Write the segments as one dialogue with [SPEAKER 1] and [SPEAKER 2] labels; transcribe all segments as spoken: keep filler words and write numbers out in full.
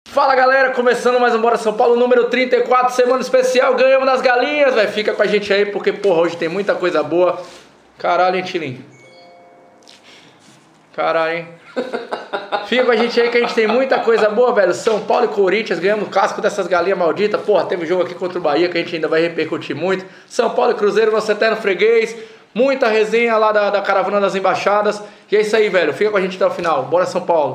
[SPEAKER 1] Fala galera, começando mais um Bora São Paulo número trinta e quatro, semana especial, ganhamos nas galinhas, velho. Fica com a gente aí porque, porra, hoje tem muita coisa boa. Caralho, hein, Tilim? Caralho, hein? Fica com a gente aí que a gente tem muita coisa boa, velho. São Paulo e Corinthians, ganhamos o casco dessas galinhas malditas. Porra, teve jogo aqui contra o Bahia que a gente ainda vai repercutir muito. São Paulo e Cruzeiro, nosso eterno freguês. Muita resenha lá da, da caravana das embaixadas. E é isso aí, velho. Fica com a gente até o final. Bora São Paulo.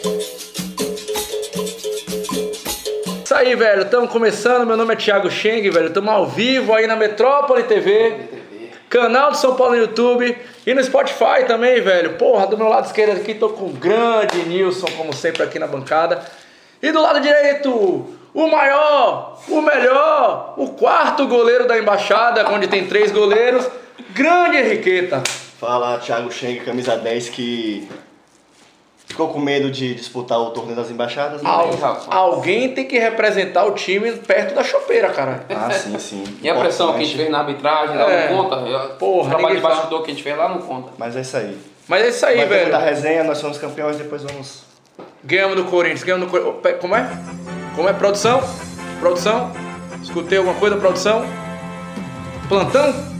[SPEAKER 1] Isso aí, velho, estamos começando, meu nome é Thiago Cheng, velho, estamos ao vivo aí na Metrópole T V, canal do São Paulo no YouTube e no Spotify também, velho. Porra, do meu lado esquerdo aqui tô com o grande Nilson, como sempre aqui na bancada, e do lado direito, o maior, o melhor, o quarto goleiro da embaixada, onde tem três goleiros, grande Henriqueta.
[SPEAKER 2] Fala, Thiago Cheng, camisa dez, que ficou com medo de disputar o torneio das embaixadas?
[SPEAKER 1] Al alguém tem que representar o time perto da chopeira, cara.
[SPEAKER 2] Ah, sim, sim.
[SPEAKER 3] E a pressão que a gente fez na arbitragem, lá é. não conta? Porra, o trabalho de bastidor que a gente fez lá não conta.
[SPEAKER 2] Mas é isso aí.
[SPEAKER 1] Mas é isso aí,
[SPEAKER 2] Vai
[SPEAKER 1] velho.
[SPEAKER 2] Vai ter muita resenha, nós somos campeões, depois vamos...
[SPEAKER 1] Ganhamos do Corinthians, ganhamos do Corinthians. Como é? Como é? Produção? Produção? Escutei alguma coisa, produção? Plantão?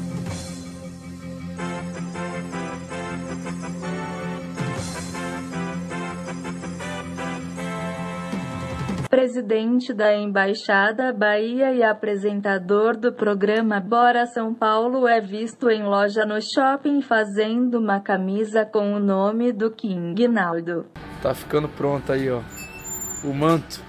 [SPEAKER 4] Presidente da Embaixada Bahia e apresentador do programa Bora São Paulo é visto em loja no shopping fazendo uma camisa com o nome do King Naldo.
[SPEAKER 1] Tá ficando pronto aí, ó, o manto.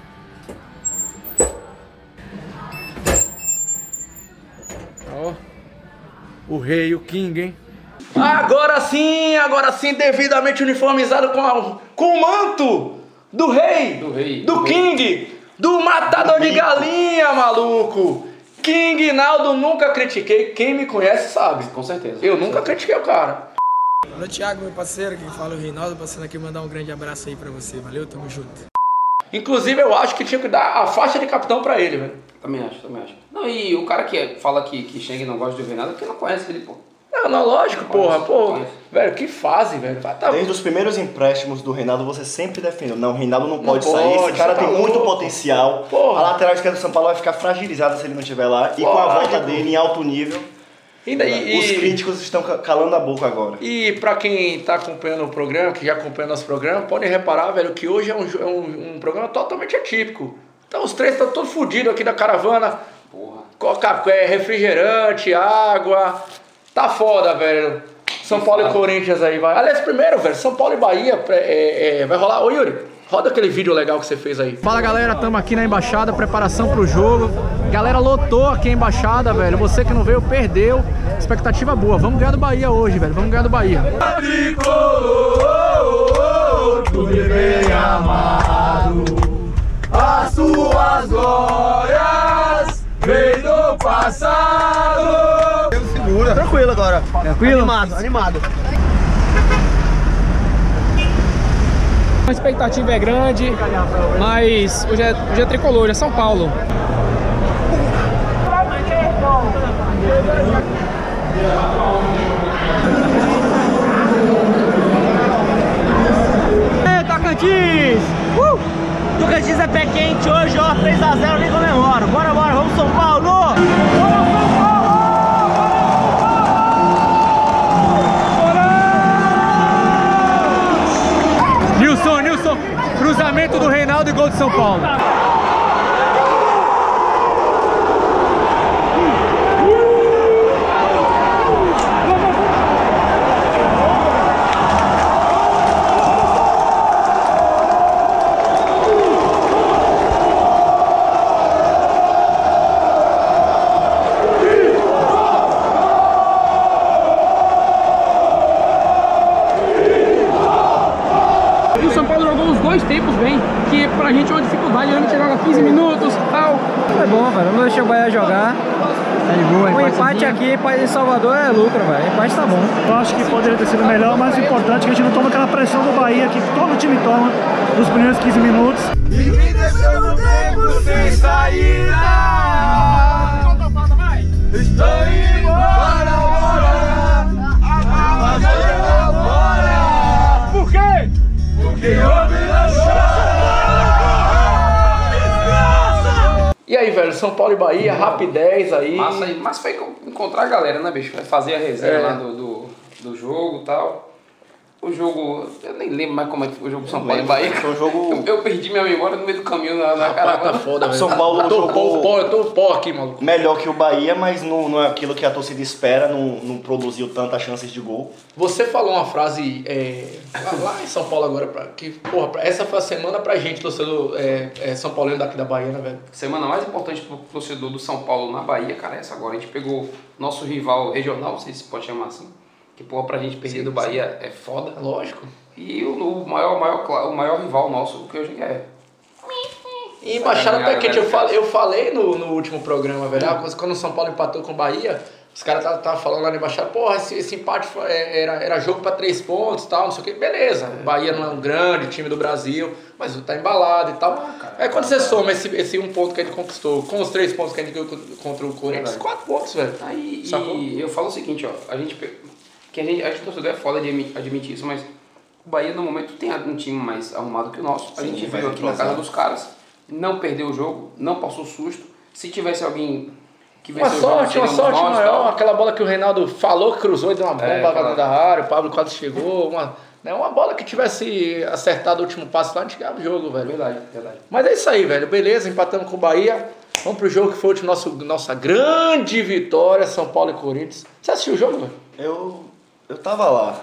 [SPEAKER 1] Ó, o rei, o King, hein? Agora sim, agora sim, devidamente uniformizado com, a, com o manto do rei,
[SPEAKER 3] do, rei,
[SPEAKER 1] do, do King, rei. do matador do de galinha, maluco. King Naldo, nunca critiquei. Quem me conhece sabe.
[SPEAKER 3] Com certeza.
[SPEAKER 1] Eu
[SPEAKER 3] com
[SPEAKER 1] nunca
[SPEAKER 3] certeza.
[SPEAKER 1] critiquei o cara.
[SPEAKER 5] Alô, Thiago, meu parceiro, quem fala é o Reinaldo, passando aqui mandar um grande abraço aí pra você. Valeu, tamo junto.
[SPEAKER 1] Inclusive, eu acho que tinha que dar a faixa de capitão pra ele, velho.
[SPEAKER 3] Também acho, também acho. Não, e o cara que fala que, que Cheng não gosta de ouvir nada, porque não conhece ele, pô.
[SPEAKER 1] Não, não, lógico, porra, porra. Velho, que fase, velho. Tá...
[SPEAKER 2] Desde os primeiros empréstimos do Reinaldo, você sempre defendeu. Não, o Reinaldo não pode não
[SPEAKER 1] sair.
[SPEAKER 2] Pode, esse cara
[SPEAKER 1] tá
[SPEAKER 2] tem
[SPEAKER 1] louco.
[SPEAKER 2] muito potencial.
[SPEAKER 1] Porra.
[SPEAKER 2] A lateral esquerda do São Paulo vai ficar fragilizada se ele não estiver lá. E porra, com a volta tipo... dele em alto nível, e daí, os e... críticos estão calando a boca agora.
[SPEAKER 1] E pra quem tá acompanhando o programa, que já acompanha nosso programa, podem reparar, velho, que hoje é um, é um, um programa totalmente atípico. Então os três estão todos fodidos aqui da caravana.
[SPEAKER 3] Porra.
[SPEAKER 1] Coca, é, refrigerante, água. Tá foda, velho. São que Paulo fala. E Corinthians aí, vai. Aliás, primeiro, velho, São Paulo e Bahia é, é, vai rolar. Ô, Yuri, roda aquele vídeo legal que você fez aí. Fala, galera, tamo aqui na Embaixada, preparação pro jogo. Galera lotou aqui a Embaixada, velho. Você que não veio, perdeu. Expectativa boa. Vamos ganhar do Bahia hoje, velho. Vamos ganhar do Bahia.
[SPEAKER 6] Tu me bem amado, as suas glórias vem do passado.
[SPEAKER 7] Tranquilo agora.
[SPEAKER 1] Tranquilo?
[SPEAKER 7] Animado, animado.
[SPEAKER 5] A expectativa é grande, mas hoje é, hoje é tricolor, hoje é São Paulo.
[SPEAKER 7] Ei, Tocantins! Uh! Tocantins é pé quente hoje, ó, três a zero, nem comemoro. Bora, bora, vamos São Paulo! Bora, São Paulo!
[SPEAKER 1] Nilson, Nilson, cruzamento do Reinaldo e gol de São Paulo.
[SPEAKER 5] Dois tempos bem, que pra gente é uma dificuldade, a gente joga quinze minutos e tal.
[SPEAKER 7] É bom, velho, vamos deixar o Bahia jogar. Tá de boa, o empate aqui em Salvador é lucro, velho. O empate tá bom.
[SPEAKER 8] Eu acho que poderia ter sido melhor, mas o importante é que a gente não toma aquela pressão do Bahia que todo time toma nos primeiros quinze minutos.
[SPEAKER 6] E me deixou no tempo sem saída. Estou indo embora, bora. Agora, bora. Por quê? Porque eu me deixou.
[SPEAKER 1] E aí, velho, São Paulo e Bahia, rapidez aí.
[SPEAKER 3] Massa aí. Mas foi encontrar a galera, né, bicho? Vai fazer a resenha é. lá do, do, do jogo e tal. O jogo, eu nem lembro mais como é que foi o jogo São Paulo e Bahia.
[SPEAKER 2] Foi um jogo...
[SPEAKER 3] eu, eu perdi minha memória no meio do caminho na, na caravana.
[SPEAKER 1] Tá foda, velho.
[SPEAKER 2] São Paulo
[SPEAKER 1] eu tô
[SPEAKER 2] jogou
[SPEAKER 1] pó, eu tô pó aqui, maluco.
[SPEAKER 2] Melhor que o Bahia, mas não, não é aquilo que a torcida espera, não, não produziu tantas chances de gol.
[SPEAKER 1] Você falou uma frase é, lá em São Paulo agora, pra, que, porra, essa foi a semana pra gente, torcedor é, é, São Paulino daqui da Bahia, né, velho?
[SPEAKER 3] Semana mais importante pro torcedor do São Paulo na Bahia, cara, é essa agora. A gente pegou nosso rival regional, não sei se pode chamar assim, que, porra, pra gente perder sim, do Bahia sim. é foda.
[SPEAKER 1] Lógico.
[SPEAKER 3] E o, o, maior, maior, o maior rival nosso, que hoje é.
[SPEAKER 1] E Embaixada Pé Quente, eu falei, eu falei no, no último programa, velho, hum. quando o São Paulo empatou com o Bahia, os caras estavam falando lá na Embaixada, porra, esse, esse empate foi, era, era jogo pra três pontos e tal, não sei o que, beleza, o Bahia não é um grande time do Brasil, mas tá embalado e tal. Ah, cara, é quando você soma esse, esse um ponto que a gente conquistou com os três pontos que a gente ganhou contra o Corinthians, quatro pontos, velho.
[SPEAKER 3] Aí, e eu falo o seguinte, ó, a gente, que a gente, a gente torcedor é foda de admitir isso, mas o Bahia no momento tem um time mais arrumado que o nosso. A Sim, gente veio aqui na casa dos caras, não perdeu o jogo, não passou susto. Se tivesse alguém que venceu
[SPEAKER 1] uma sorte,
[SPEAKER 3] o
[SPEAKER 1] jogo, uma sorte nós, maior, tal. Aquela bola que o Reinaldo falou, cruzou e deu uma bomba é, aquela... da área, o Pablo quase chegou, uma, né, uma bola que tivesse acertado o último passo lá, a gente ganhava o jogo, velho.
[SPEAKER 3] Verdade, verdade.
[SPEAKER 1] Mas é isso aí, velho, beleza, empatamos com o Bahia. Vamos pro jogo que foi o nosso, nossa grande vitória, São Paulo e Corinthians. Você assistiu o jogo, velho?
[SPEAKER 2] Eu... Eu tava lá.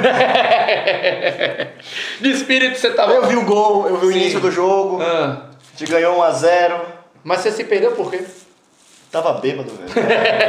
[SPEAKER 1] De espírito você tava
[SPEAKER 2] Eu
[SPEAKER 1] lá.
[SPEAKER 2] vi o gol, eu vi Sim. o início do jogo. Ah. A gente ganhou um a zero.
[SPEAKER 1] Mas você se perdeu por quê?
[SPEAKER 2] Tava bêbado, velho.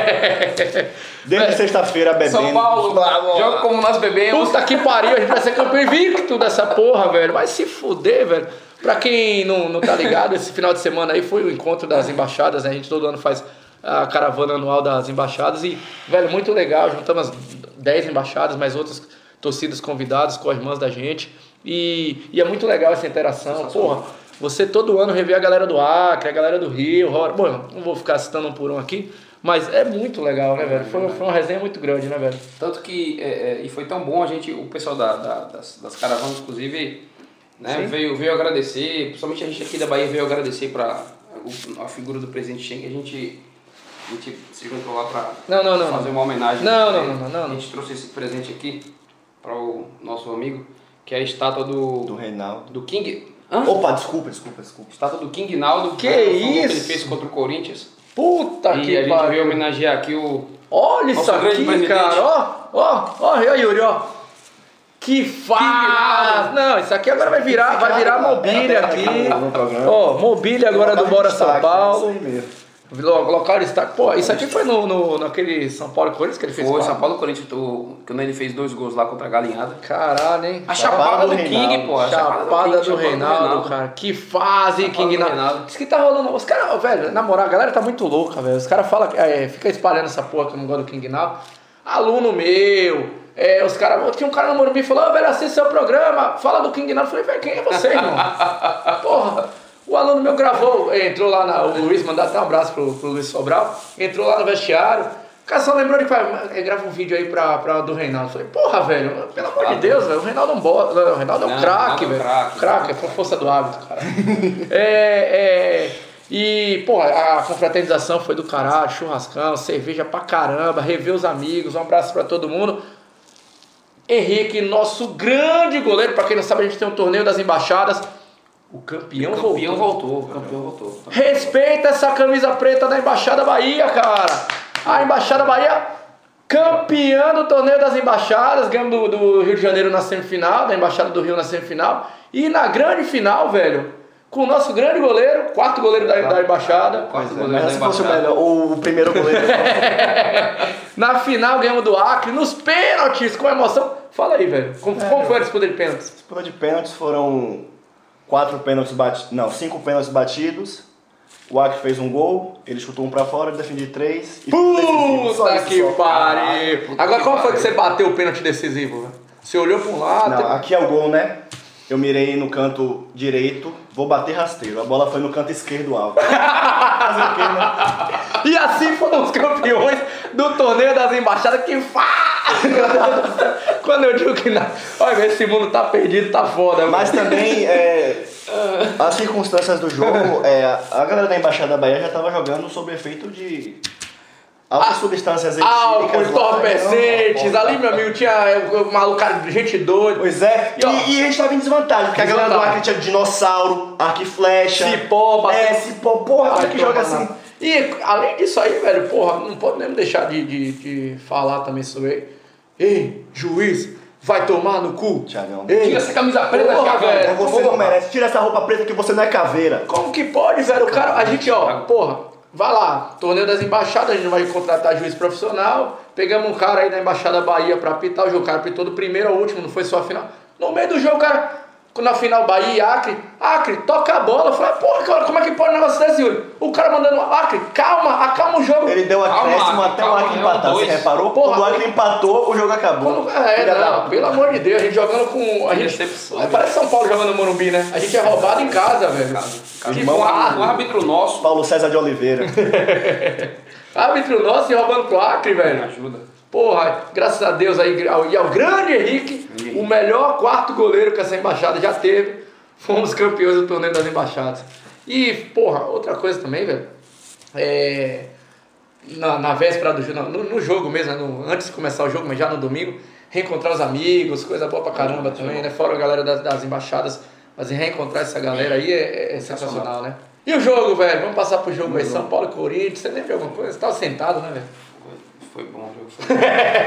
[SPEAKER 2] Desde é. sexta-feira bebendo.
[SPEAKER 3] São Paulo, joga como nós bebemos.
[SPEAKER 1] Puta que pariu, a gente vai ser campeão invicto dessa porra, velho. Vai se fuder, velho. Pra quem não, não tá ligado, esse final de semana aí foi o encontro das embaixadas, né? A gente todo ano faz a caravana anual das embaixadas e, velho, muito legal. Juntamos dez embaixadas, mais outras torcidas convidadas com as irmãs da gente. E, e é muito legal essa interação. Porra, você todo ano revê a galera do Acre, a galera do Rio. Bom, não vou ficar citando um por um aqui, mas é muito legal, né, velho? Foi, foi uma resenha muito grande, né, velho?
[SPEAKER 3] Tanto que, é, é, e foi tão bom a gente, o pessoal da, da, das, das caravanas, inclusive, né, veio, veio agradecer, principalmente a gente aqui da Bahia veio agradecer para a figura do presidente Cheng, que a gente... A gente se juntou lá pra
[SPEAKER 1] não, não, não,
[SPEAKER 3] fazer
[SPEAKER 1] não.
[SPEAKER 3] uma homenagem.
[SPEAKER 1] Não, não, não, não, não.
[SPEAKER 3] A gente trouxe esse presente aqui para o nosso amigo, que é a estátua do...
[SPEAKER 2] Do Reinaldo.
[SPEAKER 3] Do King...
[SPEAKER 2] Hã? Opa, desculpa, desculpa, desculpa.
[SPEAKER 3] Estátua do King Naldo.
[SPEAKER 1] Que isso?
[SPEAKER 3] Que ele fez contra o Corinthians.
[SPEAKER 1] Puta
[SPEAKER 3] e
[SPEAKER 1] que
[SPEAKER 3] E a gente veio homenagear aqui o...
[SPEAKER 1] Olha isso aqui, cara. Ó, ó, ó, Yuri, ó. Que faz! Não, isso aqui agora vai virar, vai virar mobília aqui. Ó, mobília agora do Bora São Paulo.
[SPEAKER 2] É isso aí mesmo.
[SPEAKER 1] Local destaque. Pô, isso aqui foi no, no, naquele São Paulo Corinthians que ele fez?
[SPEAKER 3] Foi, São Paulo Corinthians, tô, quando ele fez dois gols lá contra a Galinhada.
[SPEAKER 1] Caralho, hein?
[SPEAKER 3] A chapada do King, pô.
[SPEAKER 1] A chapada do Reinaldo, cara. Que fase, hein, King Naldo. Isso que tá rolando. Os caras, velho, na moral, a galera tá muito louca, velho. Os caras falam, é, fica espalhando essa porra que eu não gosto do King Naldo. Aluno meu. É, os caras, tinha um cara no Morumbi que falou, oh, velho, assiste seu programa, fala do King Naldo. Eu falei, velho, quem é você, irmão? Porra. O aluno meu gravou, entrou lá, na, o Luiz, mandar até um abraço pro, pro Luiz Sobral, entrou lá no vestiário, o cara só lembrou de pai, grava um vídeo aí pra, pra, do Reinaldo. Eu falei, porra, velho, pelo amor de Deus, velho, o Reinaldo é um bola, o Reinaldo é um craque, velho. Craque, é força do hábito, cara. é, é, e, porra, a confraternização foi do caralho, churrascão, cerveja pra caramba, rever os amigos, um abraço pra todo mundo. Henrique, nosso grande goleiro, pra quem não sabe, a gente tem um torneio das embaixadas. O campeão,
[SPEAKER 3] o campeão
[SPEAKER 1] voltou.
[SPEAKER 3] voltou. O campeão voltou.
[SPEAKER 1] Respeita essa camisa preta da Embaixada Bahia, cara. A Embaixada Bahia, campeã do torneio das embaixadas, ganhamos do, do Rio de Janeiro na semifinal, da Embaixada do Rio na semifinal. E na grande final, velho, com o nosso grande goleiro, quarto goleiro da, da Embaixada.
[SPEAKER 2] Quarto é, goleiro da se fosse o melhor, ou o primeiro goleiro.
[SPEAKER 1] Na final ganhamos do Acre, nos pênaltis, com emoção. Fala aí, velho, como, é, como foi a disputa de pênaltis?
[SPEAKER 2] A disputa de pênaltis foram quatro pênaltis batidos, não, cinco pênaltis batidos. O Acre fez um gol, ele chutou um pra fora, eu defendi três. E
[SPEAKER 1] puta que pariu! Agora, como foi que você bateu o pênalti decisivo, velho? Você olhou pra um lado...
[SPEAKER 2] Não, aqui é o gol, né? Eu mirei no canto direito, vou bater rasteiro. A bola foi no canto esquerdo alto. Fazer o quê, né?
[SPEAKER 1] E assim foram os campeões do torneio das embaixadas. Que faz! Quando eu digo que não, olha, esse mundo tá perdido, tá foda.
[SPEAKER 2] Mas
[SPEAKER 1] mano.
[SPEAKER 2] também, é, as circunstâncias do jogo, é, a galera da Embaixada da Bahia já tava jogando sob efeito de altas substâncias
[SPEAKER 1] álcool,
[SPEAKER 2] etílicas.
[SPEAKER 1] entorpecentes, ali, meu amigo, tinha um maluco, gente doida.
[SPEAKER 2] Pois é, e, e, e a gente tava em desvantagem, porque a galera do Acre tinha dinossauro, arco e flecha.
[SPEAKER 1] Cipó, bateu.
[SPEAKER 2] É, cipó, porra,
[SPEAKER 1] Ai,
[SPEAKER 2] que joga assim.
[SPEAKER 1] E além disso aí, velho, porra, não pode nem deixar de, de, de falar também sobre. Ei, juiz, vai tomar no cu.
[SPEAKER 2] Thiagão.
[SPEAKER 3] Tira essa camisa preta,
[SPEAKER 1] porra,
[SPEAKER 3] Thiagão.
[SPEAKER 1] velho.
[SPEAKER 2] Você não merece, tira essa roupa preta que você não é caveira.
[SPEAKER 1] Como que pode, velho? O cara, a gente, ó, porra, vai lá, torneio das embaixadas, a gente vai contratar juiz profissional. Pegamos um cara aí da Embaixada Bahia pra apitar o jogo, o cara apitou do primeiro ao último, não foi só a final. No meio do jogo, o cara, na final Bahia e Acre, Acre, toca a bola. Eu falei, porra, cara, como é que pode um negócio desse, Yuri? O cara mandando, Acre, calma, acalma o jogo.
[SPEAKER 2] Ele deu acréscimo até o Acre empatar, você reparou? Porra, quando o Acre empatou, o jogo acabou.
[SPEAKER 1] Quando, é, não, pelo amor de Deus, a gente jogando com... A gente, é, parece São Paulo jogando no Morumbi, né? A gente é roubado em casa, velho.
[SPEAKER 3] Tipo, um árbitro nosso.
[SPEAKER 2] Paulo César de Oliveira.
[SPEAKER 1] Árbitro nosso e roubando pro Acre, velho.
[SPEAKER 3] Me ajuda.
[SPEAKER 1] Porra, graças a Deus aí, ao, e ao grande Henrique, o melhor quarto goleiro que essa embaixada já teve. Fomos campeões do torneio das embaixadas. E, porra, outra coisa também, velho. É, na, na véspera do jogo, no, no jogo mesmo, né, no, antes de começar o jogo, mas já no domingo, reencontrar os amigos, coisa boa pra caramba também, né? Fora a galera das, das embaixadas, mas reencontrar essa galera aí é, é sensacional, né? E o jogo, velho? Vamos passar pro jogo aí, São Paulo e Corinthians. Você lembra de alguma coisa? Você tava sentado, né, velho?
[SPEAKER 3] Foi bom o jogo. Foi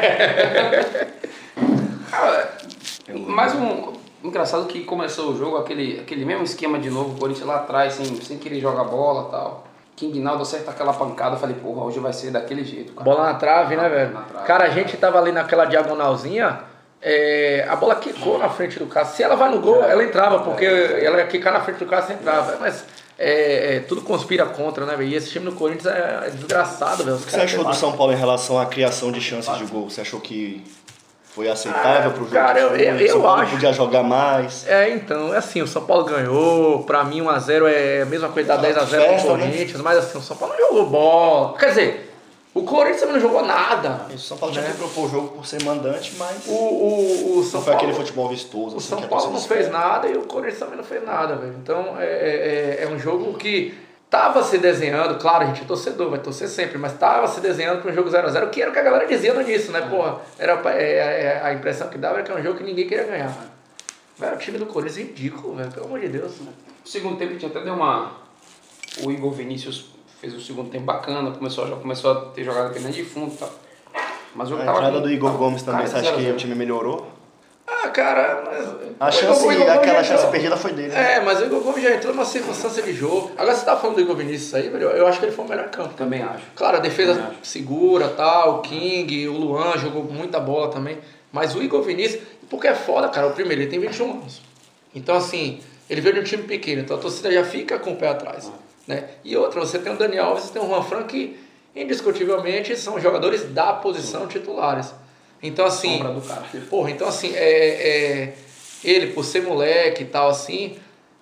[SPEAKER 3] bom. Cara, mais um... Engraçado que começou o jogo, aquele, aquele mesmo esquema de novo, o Corinthians lá atrás, sem, sem querer jogar bola e tal. King Naldo acerta aquela pancada, eu falei, porra, hoje vai ser daquele jeito, cara.
[SPEAKER 1] Bola na trave, né, velho?
[SPEAKER 3] Trave,
[SPEAKER 1] cara, a gente tava ali naquela diagonalzinha, é, a bola quicou na frente do Cássio. Se ela vai no gol, ela entrava, porque ela ia quicar na frente do Cássio e entrava. Mas é, é, tudo conspira contra, né, velho? E esse time do Corinthians é, é desgraçado, velho.
[SPEAKER 2] O que você achou do São Paulo em relação à criação de chances de gol? Você achou que foi aceitável ah, pro jogo?
[SPEAKER 1] Cara, eu, eu, eu
[SPEAKER 2] São Paulo
[SPEAKER 1] acho.
[SPEAKER 2] Podia jogar mais.
[SPEAKER 1] É, então, é assim, o São Paulo ganhou, pra mim um a zero é a mesma coisa da dez a zero pro Corinthians, né? Mas assim, o São Paulo não jogou bola. Quer dizer, o Corinthians também não jogou nada.
[SPEAKER 2] O São Paulo né? tinha que propor o jogo por ser mandante, mas
[SPEAKER 1] o, o, o São
[SPEAKER 2] não foi
[SPEAKER 1] Paulo,
[SPEAKER 2] aquele futebol vistoso.
[SPEAKER 1] O
[SPEAKER 2] assim,
[SPEAKER 1] São Paulo não fez nada e o Corinthians também não fez nada, velho. Então é, é, é um jogo que tava se desenhando, claro, a gente é torcedor, vai torcer sempre, mas tava se desenhando para um jogo zero a zero, que era o que a galera dizia no início, né? Porra, era, é, é, a impressão que dava era que era um jogo que ninguém queria ganhar. Velho, o time do Corinthians é ridículo, velho, pelo amor de Deus. Né?
[SPEAKER 3] No segundo tempo a gente até deu uma... O Igor Vinícius fez o segundo tempo bacana, começou, já começou a ter jogada pela de fundo e tal. Mas o jogo
[SPEAKER 2] a
[SPEAKER 3] tava
[SPEAKER 2] entrada
[SPEAKER 3] com...
[SPEAKER 2] do Igor Gomes também,
[SPEAKER 3] cara,
[SPEAKER 2] você acha
[SPEAKER 3] zero,
[SPEAKER 2] que
[SPEAKER 3] zero.
[SPEAKER 2] o time melhorou?
[SPEAKER 1] Ah, cara, mas...
[SPEAKER 2] A chance,
[SPEAKER 1] Igor, Igor
[SPEAKER 2] aquela chance
[SPEAKER 1] entrou.
[SPEAKER 2] perdida foi dele. Né?
[SPEAKER 1] É, mas o Igor Gomes já entrou numa circunstância de jogo. Agora você tá falando do Igor Vinícius aí, velho, eu acho que ele foi o melhor em campo.
[SPEAKER 3] Também acho.
[SPEAKER 1] Claro, a defesa
[SPEAKER 3] Também acho.
[SPEAKER 1] segura, tal, o King, o Luan jogou muita bola também. Mas o Igor Vinícius, porque é foda, cara, o primeiro, ele tem vinte e um anos. Então, assim, ele veio de um time pequeno, então a torcida já fica com o pé atrás. Né? E outra, você tem o Daniel Alves, você tem o Juan Fran, que indiscutivelmente são jogadores da posição titulares. Então, assim,
[SPEAKER 3] Sombra do cara.
[SPEAKER 1] porra, então assim, é, é, ele, por ser moleque e tal, assim,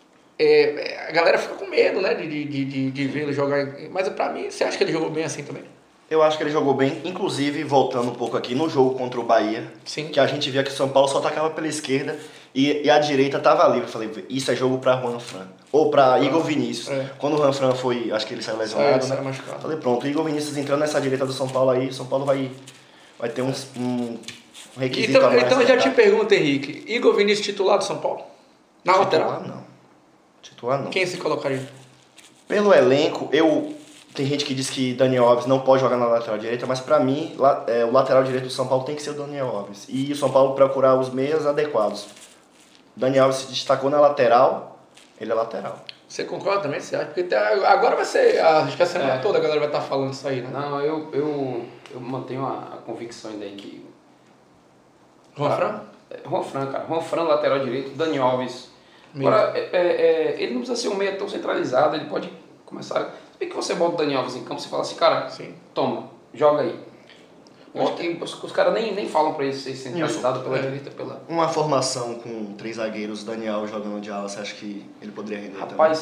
[SPEAKER 1] é, a galera fica com medo, né, de, de, de, de vê-lo jogar. Mas pra mim, você acha que ele jogou bem assim também?
[SPEAKER 2] Eu acho que ele jogou bem, inclusive, voltando um pouco aqui, no jogo contra o Bahia,
[SPEAKER 1] Sim.
[SPEAKER 2] que a gente via que o São Paulo só atacava pela esquerda e, e a direita tava livre. Eu falei, isso é jogo pra Juan Fran. Ou pra Igor Vinícius.
[SPEAKER 1] É.
[SPEAKER 2] Quando o Juan Fran foi, acho que ele saiu lesionado,
[SPEAKER 1] É,
[SPEAKER 2] né?
[SPEAKER 1] saiu machucado.
[SPEAKER 2] Falei, pronto, o Igor Vinícius entrando nessa direita do São Paulo aí, o São Paulo vai, vai ter um, um requisito
[SPEAKER 1] Então,
[SPEAKER 2] a mais.
[SPEAKER 1] então eu já te pergunto, Henrique, Igor Vinícius titular do São Paulo? Na lateral?
[SPEAKER 2] Titular não. Titular não.
[SPEAKER 1] Quem se colocaria?
[SPEAKER 2] Pelo elenco, eu... Tem gente que diz que Daniel Alves não pode jogar na lateral direita, mas pra mim, la, é, o lateral direito do São Paulo tem que ser o Daniel Alves. E o São Paulo procurar os meias adequados. Daniel Alves se destacou na lateral, ele é lateral.
[SPEAKER 1] Você concorda também? Você acha? Porque tá, agora vai ser, acho que a semana
[SPEAKER 3] É.
[SPEAKER 1] toda a galera vai estar falando isso aí, né?
[SPEAKER 3] Não, eu, eu, eu mantenho a, a convicção ainda aí que...
[SPEAKER 1] Juan Fran?
[SPEAKER 3] É, Juan Fran, cara. Juan Fran, lateral direito, Daniel Alves.
[SPEAKER 1] Meio.
[SPEAKER 3] Agora, é, é, é, ele não precisa ser um meia tão centralizado, ele pode começar... Se bem que você bota o Daniel Alves em campo, você fala assim, cara,
[SPEAKER 1] Sim.
[SPEAKER 3] toma, joga aí. Eu acho que os, os caras nem, nem falam pra ele ser centralizado pela
[SPEAKER 1] É.
[SPEAKER 3] direita, pela...
[SPEAKER 2] Uma formação com três zagueiros, Daniel jogando de ala, você acha que ele poderia render
[SPEAKER 3] Rapaz,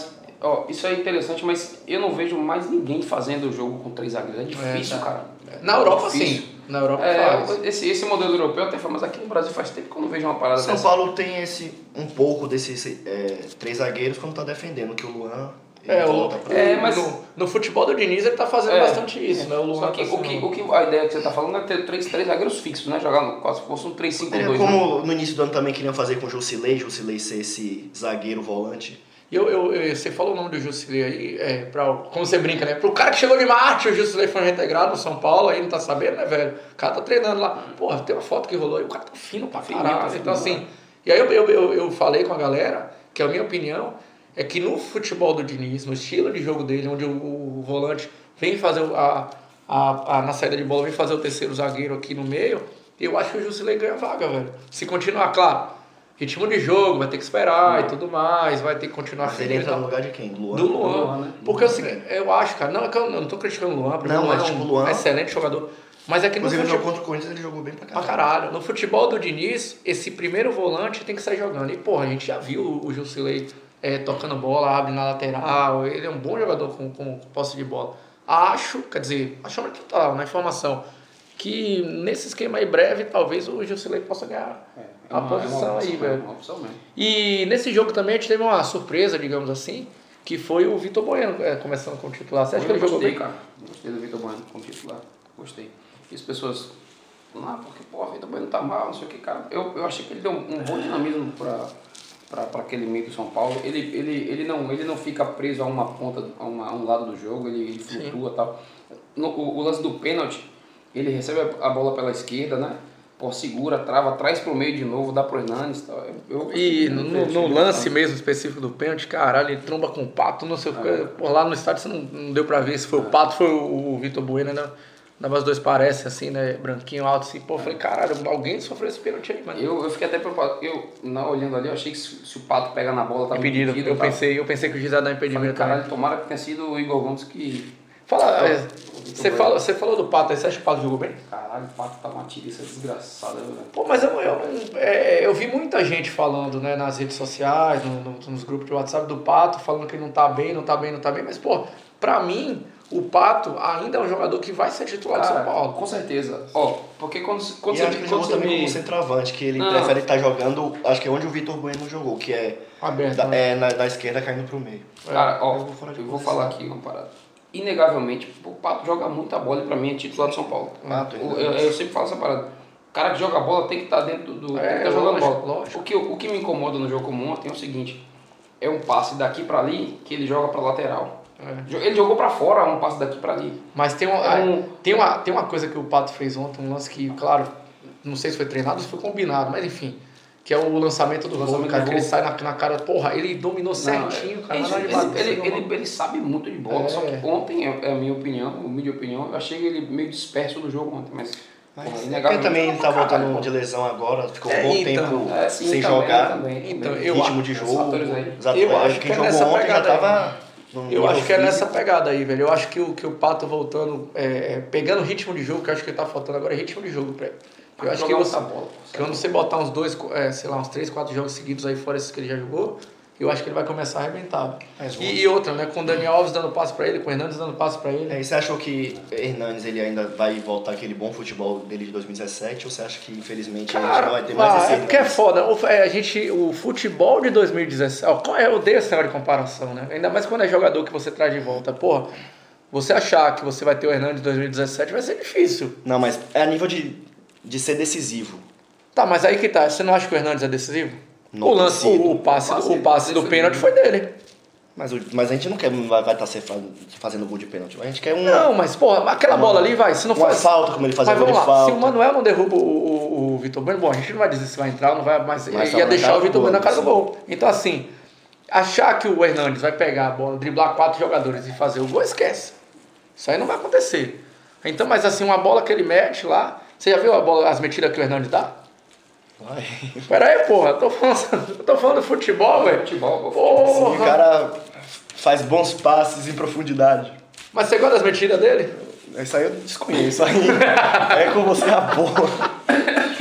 [SPEAKER 3] Ó, isso é interessante, mas eu não vejo mais ninguém fazendo o jogo com três zagueiros. É difícil,
[SPEAKER 1] É, tá.
[SPEAKER 3] cara.
[SPEAKER 1] Na Europa,
[SPEAKER 3] difícil.
[SPEAKER 1] sim. Na Europa
[SPEAKER 3] É,
[SPEAKER 1] faz.
[SPEAKER 3] esse, esse modelo europeu até faz, mas aqui no Brasil faz tempo que eu não vejo uma parada
[SPEAKER 2] São
[SPEAKER 3] dessa.
[SPEAKER 2] Paulo tem esse, um pouco desses é, três zagueiros quando tá defendendo, que o Luan... ele
[SPEAKER 1] É, o,
[SPEAKER 2] volta pra-
[SPEAKER 3] É, mas-
[SPEAKER 1] no, no futebol do Diniz ele tá fazendo
[SPEAKER 3] É,
[SPEAKER 1] bastante isso, né? O Luan
[SPEAKER 3] Só que,
[SPEAKER 1] tá
[SPEAKER 3] o, que,
[SPEAKER 1] sendo-
[SPEAKER 3] o que a ideia que você tá falando é ter três, três zagueiros fixos, né? Jogar no, quase fosse um três cinco dois.
[SPEAKER 2] É,
[SPEAKER 3] né?
[SPEAKER 2] como no início do ano também queriam fazer com o Jusilei, Jusilei ser esse zagueiro volante.
[SPEAKER 1] Eu, eu, eu- você falou o nome do Jusilei aí, é, pra, como você brinca, né? Pro cara que chegou de Marte, o Jusilei foi reintegrado no São Paulo, aí não tá sabendo, né, velho? O cara tá treinando lá. Porra, tem uma foto que rolou aí, o cara tá fino pra
[SPEAKER 3] Fininho,
[SPEAKER 1] caralho.
[SPEAKER 3] tá fino,
[SPEAKER 1] Então, assim,
[SPEAKER 3] né?
[SPEAKER 1] e aí eu, eu, eu, eu falei com a galera, que a minha opinião é que no futebol do Diniz, no estilo de jogo dele, onde o, o volante vem fazer o- a, a, a, na saída de bola, vem fazer o terceiro zagueiro aqui no meio, eu acho que o Jusilei ganha vaga, velho. Se continuar, claro, ritmo de jogo, vai ter que esperar e tudo mais, vai ter que continuar
[SPEAKER 2] Mas ele
[SPEAKER 1] firme e
[SPEAKER 2] entra
[SPEAKER 1] tal.
[SPEAKER 2] no lugar de quem? Do Luan?
[SPEAKER 1] Do Luan.
[SPEAKER 3] Do Luan, né?
[SPEAKER 1] Porque é o seguinte, eu acho, cara, não é que eu não tô criticando o Luan, porque
[SPEAKER 2] Não,
[SPEAKER 1] o Luan
[SPEAKER 2] mas
[SPEAKER 1] é
[SPEAKER 2] tipo,
[SPEAKER 1] um
[SPEAKER 2] o Luan-
[SPEAKER 1] excelente jogador. Mas é que no
[SPEAKER 2] Inclusive no jogo
[SPEAKER 1] futebol,
[SPEAKER 2] contra o Corinthians ele jogou bem pra
[SPEAKER 1] pra
[SPEAKER 2] caralho.
[SPEAKER 1] caralho, no futebol do Diniz, esse primeiro volante tem que sair jogando. E, porra, a gente já viu o Jusilei é, tocando bola, abre na lateral, ele é um bom jogador com, com posse de bola. Acho, quer dizer, achamos que tá na informação, que nesse esquema aí breve, talvez o Jusilei possa ganhar
[SPEAKER 3] É,
[SPEAKER 1] a
[SPEAKER 3] uma- é
[SPEAKER 1] posição
[SPEAKER 3] uma
[SPEAKER 1] aí,
[SPEAKER 3] opção,
[SPEAKER 1] velho.
[SPEAKER 3] É uma opção mesmo.
[SPEAKER 1] E nesse jogo também a gente teve uma surpresa, digamos assim, que foi o Vitor Bueno é, começando como titular. Você acha que
[SPEAKER 3] Eu
[SPEAKER 1] ele jogou
[SPEAKER 3] gostei,
[SPEAKER 1] bem?
[SPEAKER 3] cara. Gostei do Vitor Bueno como titular. Gostei. E as pessoas falam, ah, porque, pô, o Vitor Bueno tá mal, não sei o que, cara. Eu, eu achei que ele deu um, um bom dinamismo pra, pra, pra aquele meio do São Paulo. Ele, ele, ele, não, ele não fica preso a uma ponta, a, uma, a um lado do jogo, ele, ele flutua e tal. No, o, o lance do pênalti, ele recebe a, a bola pela esquerda, né? Pô, segura, trava, traz pro meio de novo, dá pro Hernanes e tal. Eu, eu
[SPEAKER 1] E
[SPEAKER 3] gostei,
[SPEAKER 1] no,
[SPEAKER 3] achei
[SPEAKER 1] no
[SPEAKER 3] ele
[SPEAKER 1] lance
[SPEAKER 3] bastante.
[SPEAKER 1] mesmo específico do pênalti, caralho, ele tromba com o Pato, não sei o
[SPEAKER 3] É.
[SPEAKER 1] que. Por lá no estádio você não, não deu pra ver se foi o Pato, foi o, o Vitor Bueno, né? Na base dois parece assim, né? Branquinho, alto, assim. Pô, eu falei, caralho, alguém sofreu esse pênalti aí, mano.
[SPEAKER 3] Eu, eu fiquei até preocupado. Eu, na, olhando ali, eu achei que se, se o Pato pega na bola, tava
[SPEAKER 1] Impedido.
[SPEAKER 3] impedido.
[SPEAKER 1] Eu
[SPEAKER 3] tava-
[SPEAKER 1] pensei, eu pensei que o juiz ia dar
[SPEAKER 3] Falei,
[SPEAKER 1] impedimento
[SPEAKER 3] caralho,
[SPEAKER 1] também.
[SPEAKER 3] tomara que tenha sido o Igor Gomes que...
[SPEAKER 1] Fala, é,
[SPEAKER 3] o Vitor
[SPEAKER 1] você,
[SPEAKER 3] Bueno.
[SPEAKER 1] fala, você falou do Pato aí, você acha que o Pato jogou bem?
[SPEAKER 3] Caralho, o Pato tá uma tiriça desgraçada, velho.
[SPEAKER 1] Pô, mas eu, eu, não- é, eu vi muita gente falando, né, nas redes sociais, no, no- nos grupos de WhatsApp do Pato, falando que ele não tá bem, não tá bem, não tá bem, mas, pô, pra mim, o Pato ainda é um jogador que vai ser titular do São
[SPEAKER 3] Cara,
[SPEAKER 1] Paulo.
[SPEAKER 3] com certeza. Ó, porque quando, quando
[SPEAKER 2] E
[SPEAKER 3] você...
[SPEAKER 2] acho que ele
[SPEAKER 3] quando
[SPEAKER 2] jogou
[SPEAKER 3] você
[SPEAKER 2] também
[SPEAKER 3] me-
[SPEAKER 2] como centroavante, que ele
[SPEAKER 3] Não.
[SPEAKER 2] prefere estar jogando, acho que é onde o Vitor Bueno jogou, que é,
[SPEAKER 1] Aberto,
[SPEAKER 2] da,
[SPEAKER 1] né?
[SPEAKER 2] é na, da esquerda caindo pro meio.
[SPEAKER 3] Cara, ó,
[SPEAKER 2] eu vou fora de
[SPEAKER 3] eu vou
[SPEAKER 2] posição.
[SPEAKER 3] falar aqui uma parada. Inegavelmente, o Pato joga muita bola e pra mim é titular do São Paulo.
[SPEAKER 2] Pato,
[SPEAKER 3] eu, eu, eu sempre falo essa parada. O cara que joga bola tem que estar dentro do... do
[SPEAKER 1] É,
[SPEAKER 3] tem que estar jogando
[SPEAKER 1] lógico,
[SPEAKER 3] bola.
[SPEAKER 1] lógico.
[SPEAKER 3] O que, o que me incomoda no jogo como ontem é o seguinte. É um passe daqui pra ali que ele joga pra lateral.
[SPEAKER 1] É.
[SPEAKER 3] Ele jogou pra fora um passe daqui pra ali.
[SPEAKER 1] Mas tem, uma,
[SPEAKER 3] É um-
[SPEAKER 1] tem, uma, tem uma coisa que o Pato fez ontem, um lance que, claro, não sei se foi treinado ou se foi combinado, mas enfim, que é o lançamento do gol,
[SPEAKER 3] Lançamento
[SPEAKER 1] cara,
[SPEAKER 3] do
[SPEAKER 1] que ele
[SPEAKER 3] gol.
[SPEAKER 1] sai na, na cara, porra, ele dominou
[SPEAKER 3] Não,
[SPEAKER 1] certinho,
[SPEAKER 3] é-
[SPEAKER 1] cara,
[SPEAKER 3] isso,
[SPEAKER 1] na hora de
[SPEAKER 3] ele,
[SPEAKER 1] bater,
[SPEAKER 3] ele,
[SPEAKER 1] assim,
[SPEAKER 3] ele, ele sabe muito de bola,
[SPEAKER 1] É.
[SPEAKER 3] só que ontem, é é a minha opinião, humilde opinião, eu achei ele meio disperso do jogo ontem, mas...
[SPEAKER 2] Mas
[SPEAKER 3] porra,
[SPEAKER 2] porque
[SPEAKER 3] inegavelmente
[SPEAKER 2] também ele
[SPEAKER 3] jogou
[SPEAKER 2] tá
[SPEAKER 3] pra caralho,
[SPEAKER 2] voltando
[SPEAKER 3] pô.
[SPEAKER 2] de lesão agora, ficou
[SPEAKER 1] É,
[SPEAKER 2] um bom
[SPEAKER 1] então,
[SPEAKER 2] tempo
[SPEAKER 3] É, sim,
[SPEAKER 2] sem
[SPEAKER 3] também,
[SPEAKER 2] jogar,
[SPEAKER 3] também,
[SPEAKER 1] Então,
[SPEAKER 3] também.
[SPEAKER 1] eu
[SPEAKER 2] ritmo
[SPEAKER 1] acho-
[SPEAKER 2] de
[SPEAKER 3] esses
[SPEAKER 2] jogo.
[SPEAKER 3] fatores aí.
[SPEAKER 2] Exato,
[SPEAKER 1] Eu
[SPEAKER 2] é,
[SPEAKER 1] acho
[SPEAKER 2] quem
[SPEAKER 1] que é
[SPEAKER 2] jogou
[SPEAKER 1] nessa
[SPEAKER 2] ontem já
[SPEAKER 1] pegada aí.
[SPEAKER 2] tava no
[SPEAKER 1] Eu
[SPEAKER 2] nível
[SPEAKER 1] acho que é
[SPEAKER 2] físico.
[SPEAKER 1] nessa pegada aí, velho. Eu acho que o, que o Pato voltando, é, pegando ritmo de jogo, que eu acho que ele tá faltando agora é ritmo de jogo pra ele. Eu
[SPEAKER 3] Ah,
[SPEAKER 1] acho que
[SPEAKER 3] jogar
[SPEAKER 1] você,
[SPEAKER 3] muita bola, pô,
[SPEAKER 1] que quando você botar uns dois, é, sei lá, uns três, quatro jogos seguidos aí fora esses que ele já jogou, eu acho que ele vai começar a arrebentar.
[SPEAKER 2] Mas
[SPEAKER 1] E, e outra, né? Com o Daniel Alves dando passe pra ele, com o Hernandes dando passe pra ele.
[SPEAKER 2] É, e você achou que Hernanes ele ainda vai voltar aquele bom futebol dele de dois mil e dezessete ou você acha que infelizmente a gente não vai ter mais
[SPEAKER 1] ah,
[SPEAKER 2] esse
[SPEAKER 1] é porque é
[SPEAKER 2] Hernanes?
[SPEAKER 1] foda. O, é, a gente, o futebol de dois mil e dezessete. Ó, qual é, eu odeio essa negócio de comparação, né? Ainda mais quando é jogador que você traz de volta. Porra, você achar que você vai ter o Hernandes de dois mil e dezessete vai ser difícil.
[SPEAKER 2] Não, mas é a nível de, de ser decisivo.
[SPEAKER 1] Tá, mas aí que tá. Você não acha que o Hernandes é decisivo?
[SPEAKER 2] Não
[SPEAKER 1] o lance,
[SPEAKER 2] consigo.
[SPEAKER 1] o, o passe,
[SPEAKER 3] O passe-
[SPEAKER 1] o passe do
[SPEAKER 3] foi
[SPEAKER 1] pênalti
[SPEAKER 3] dele.
[SPEAKER 1] foi dele.
[SPEAKER 2] Mas, o- mas a gente não quer vai vai estar fazendo gol de pênalti. A gente quer um,
[SPEAKER 1] Não, mas porra, aquela bola ali, vai, se não
[SPEAKER 2] uma
[SPEAKER 1] for.
[SPEAKER 2] falta, como ele fazia
[SPEAKER 1] Mas
[SPEAKER 2] gol de
[SPEAKER 1] vamos lá,
[SPEAKER 2] falta.
[SPEAKER 1] se o Manuel não derruba o, o, o Vitor Bueno, bom, a gente não vai dizer se vai entrar ou não vai, mas,
[SPEAKER 2] Mas
[SPEAKER 1] ia
[SPEAKER 2] tá na
[SPEAKER 1] deixar
[SPEAKER 2] cara
[SPEAKER 1] o
[SPEAKER 2] do
[SPEAKER 1] Vitor
[SPEAKER 2] gol,
[SPEAKER 1] Bueno na cara do
[SPEAKER 2] sim.
[SPEAKER 1] gol. Então assim, achar que o Hernandes vai pegar a bola, driblar quatro jogadores e fazer o gol, esquece. Isso aí não vai acontecer. Então, mas assim, uma bola que ele mete lá, você já viu a bola, as metidas que o Hernandes dá?
[SPEAKER 2] Vai.
[SPEAKER 1] Pera aí, porra, eu tô falando, eu tô falando de futebol, velho.
[SPEAKER 3] Futebol, pô.
[SPEAKER 1] Porra.
[SPEAKER 2] O cara faz bons passes em profundidade.
[SPEAKER 1] Mas você gosta das metidas dele?
[SPEAKER 2] Isso aí eu desconheço aí. É com você a bola.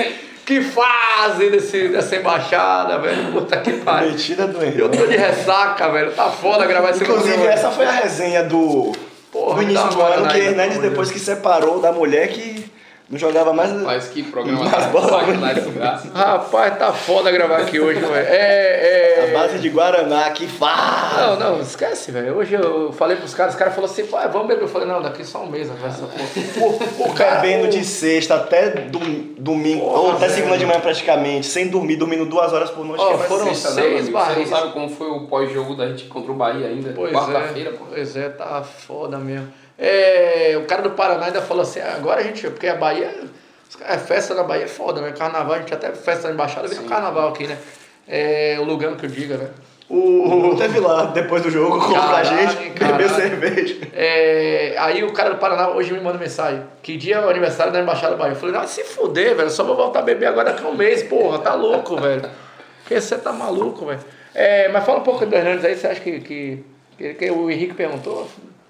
[SPEAKER 1] Que fase desse, dessa embaixada, velho. Puta que pariu.
[SPEAKER 2] Metida do
[SPEAKER 1] Eu tô de ressaca, velho. Tá foda gravar esse
[SPEAKER 2] Inclusive,
[SPEAKER 1] programa.
[SPEAKER 2] essa foi a resenha do,
[SPEAKER 1] Porra,
[SPEAKER 2] do início do
[SPEAKER 1] hora,
[SPEAKER 2] ano, que
[SPEAKER 1] né?
[SPEAKER 2] Hernandes, depois que separou da mulher que não jogava mais.
[SPEAKER 3] Mas que programa
[SPEAKER 2] Mas bola,
[SPEAKER 3] sacanagem, graça.
[SPEAKER 1] Rapaz, tá foda gravar aqui hoje, velho. É, é...
[SPEAKER 2] A base de Guaraná, que faz!
[SPEAKER 1] Não, não, esquece, velho. Hoje eu falei pros caras, os caras falaram assim, pai, vamos beber. Eu falei, não, daqui só um mês, vai essa porra.
[SPEAKER 2] O cara bebendo de sexta até dom- domingo,
[SPEAKER 1] Porra,
[SPEAKER 2] ou até
[SPEAKER 1] velho.
[SPEAKER 2] segunda de manhã praticamente, sem dormir, dormindo duas horas por noite.
[SPEAKER 1] Ó,
[SPEAKER 2] que vai
[SPEAKER 1] foram
[SPEAKER 2] ser.
[SPEAKER 3] Sexta,
[SPEAKER 1] seis
[SPEAKER 3] não, amigo. Você
[SPEAKER 1] barris.
[SPEAKER 3] não sabe como foi o pós-jogo da gente contra o Bahia ainda?
[SPEAKER 1] Pois
[SPEAKER 3] Quarta-feira,
[SPEAKER 1] é,
[SPEAKER 3] pô.
[SPEAKER 1] pois é, tá foda mesmo. É, o cara do Paraná ainda falou assim, agora a gente, porque a Bahia, a festa na Bahia é foda, né? Carnaval, a gente até festa na embaixada, vira um carnaval aqui, né? É, o Lugano que eu diga, né?
[SPEAKER 2] O, o teve lá, depois do jogo, com a
[SPEAKER 1] Caralho,
[SPEAKER 2] gente,
[SPEAKER 1] caralho.
[SPEAKER 2] bebeu cerveja.
[SPEAKER 1] É, aí o cara do Paraná hoje me manda mensagem, que dia é o aniversário da Embaixada da Bahia? Eu falei, não, se fuder, velho, só vou voltar a beber agora daqui a um mês, porra, tá louco, velho. Porque você tá maluco, velho. É, mas fala um pouco do Hernandes aí, você acha que, que, que, que o Henrique perguntou?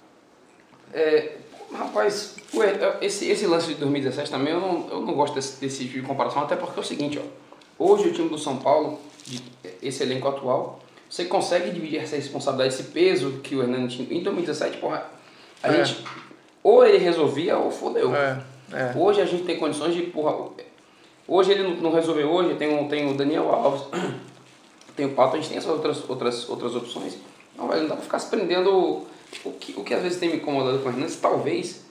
[SPEAKER 3] É, rapaz, ué, esse, esse lance de dois mil e dezessete também, eu não, eu não gosto desse, desse tipo de comparação, até porque é o seguinte, ó, hoje o time do São Paulo, de, esse elenco atual, você consegue dividir essa responsabilidade, esse peso que o Hernandes tinha. Em dois mil e dezessete, porra, a
[SPEAKER 1] É.
[SPEAKER 3] gente, ou ele resolvia ou fodeu.
[SPEAKER 1] É, é.
[SPEAKER 3] Hoje a gente tem condições de, porra, hoje ele não, não resolveu hoje, tem, um, tem o Daniel Alves, tem o Pato, a gente tem essas outras, outras, outras opções. Não, velho, não dá pra ficar se prendendo. O que, o que às vezes tem me incomodado com o Hernandes, talvez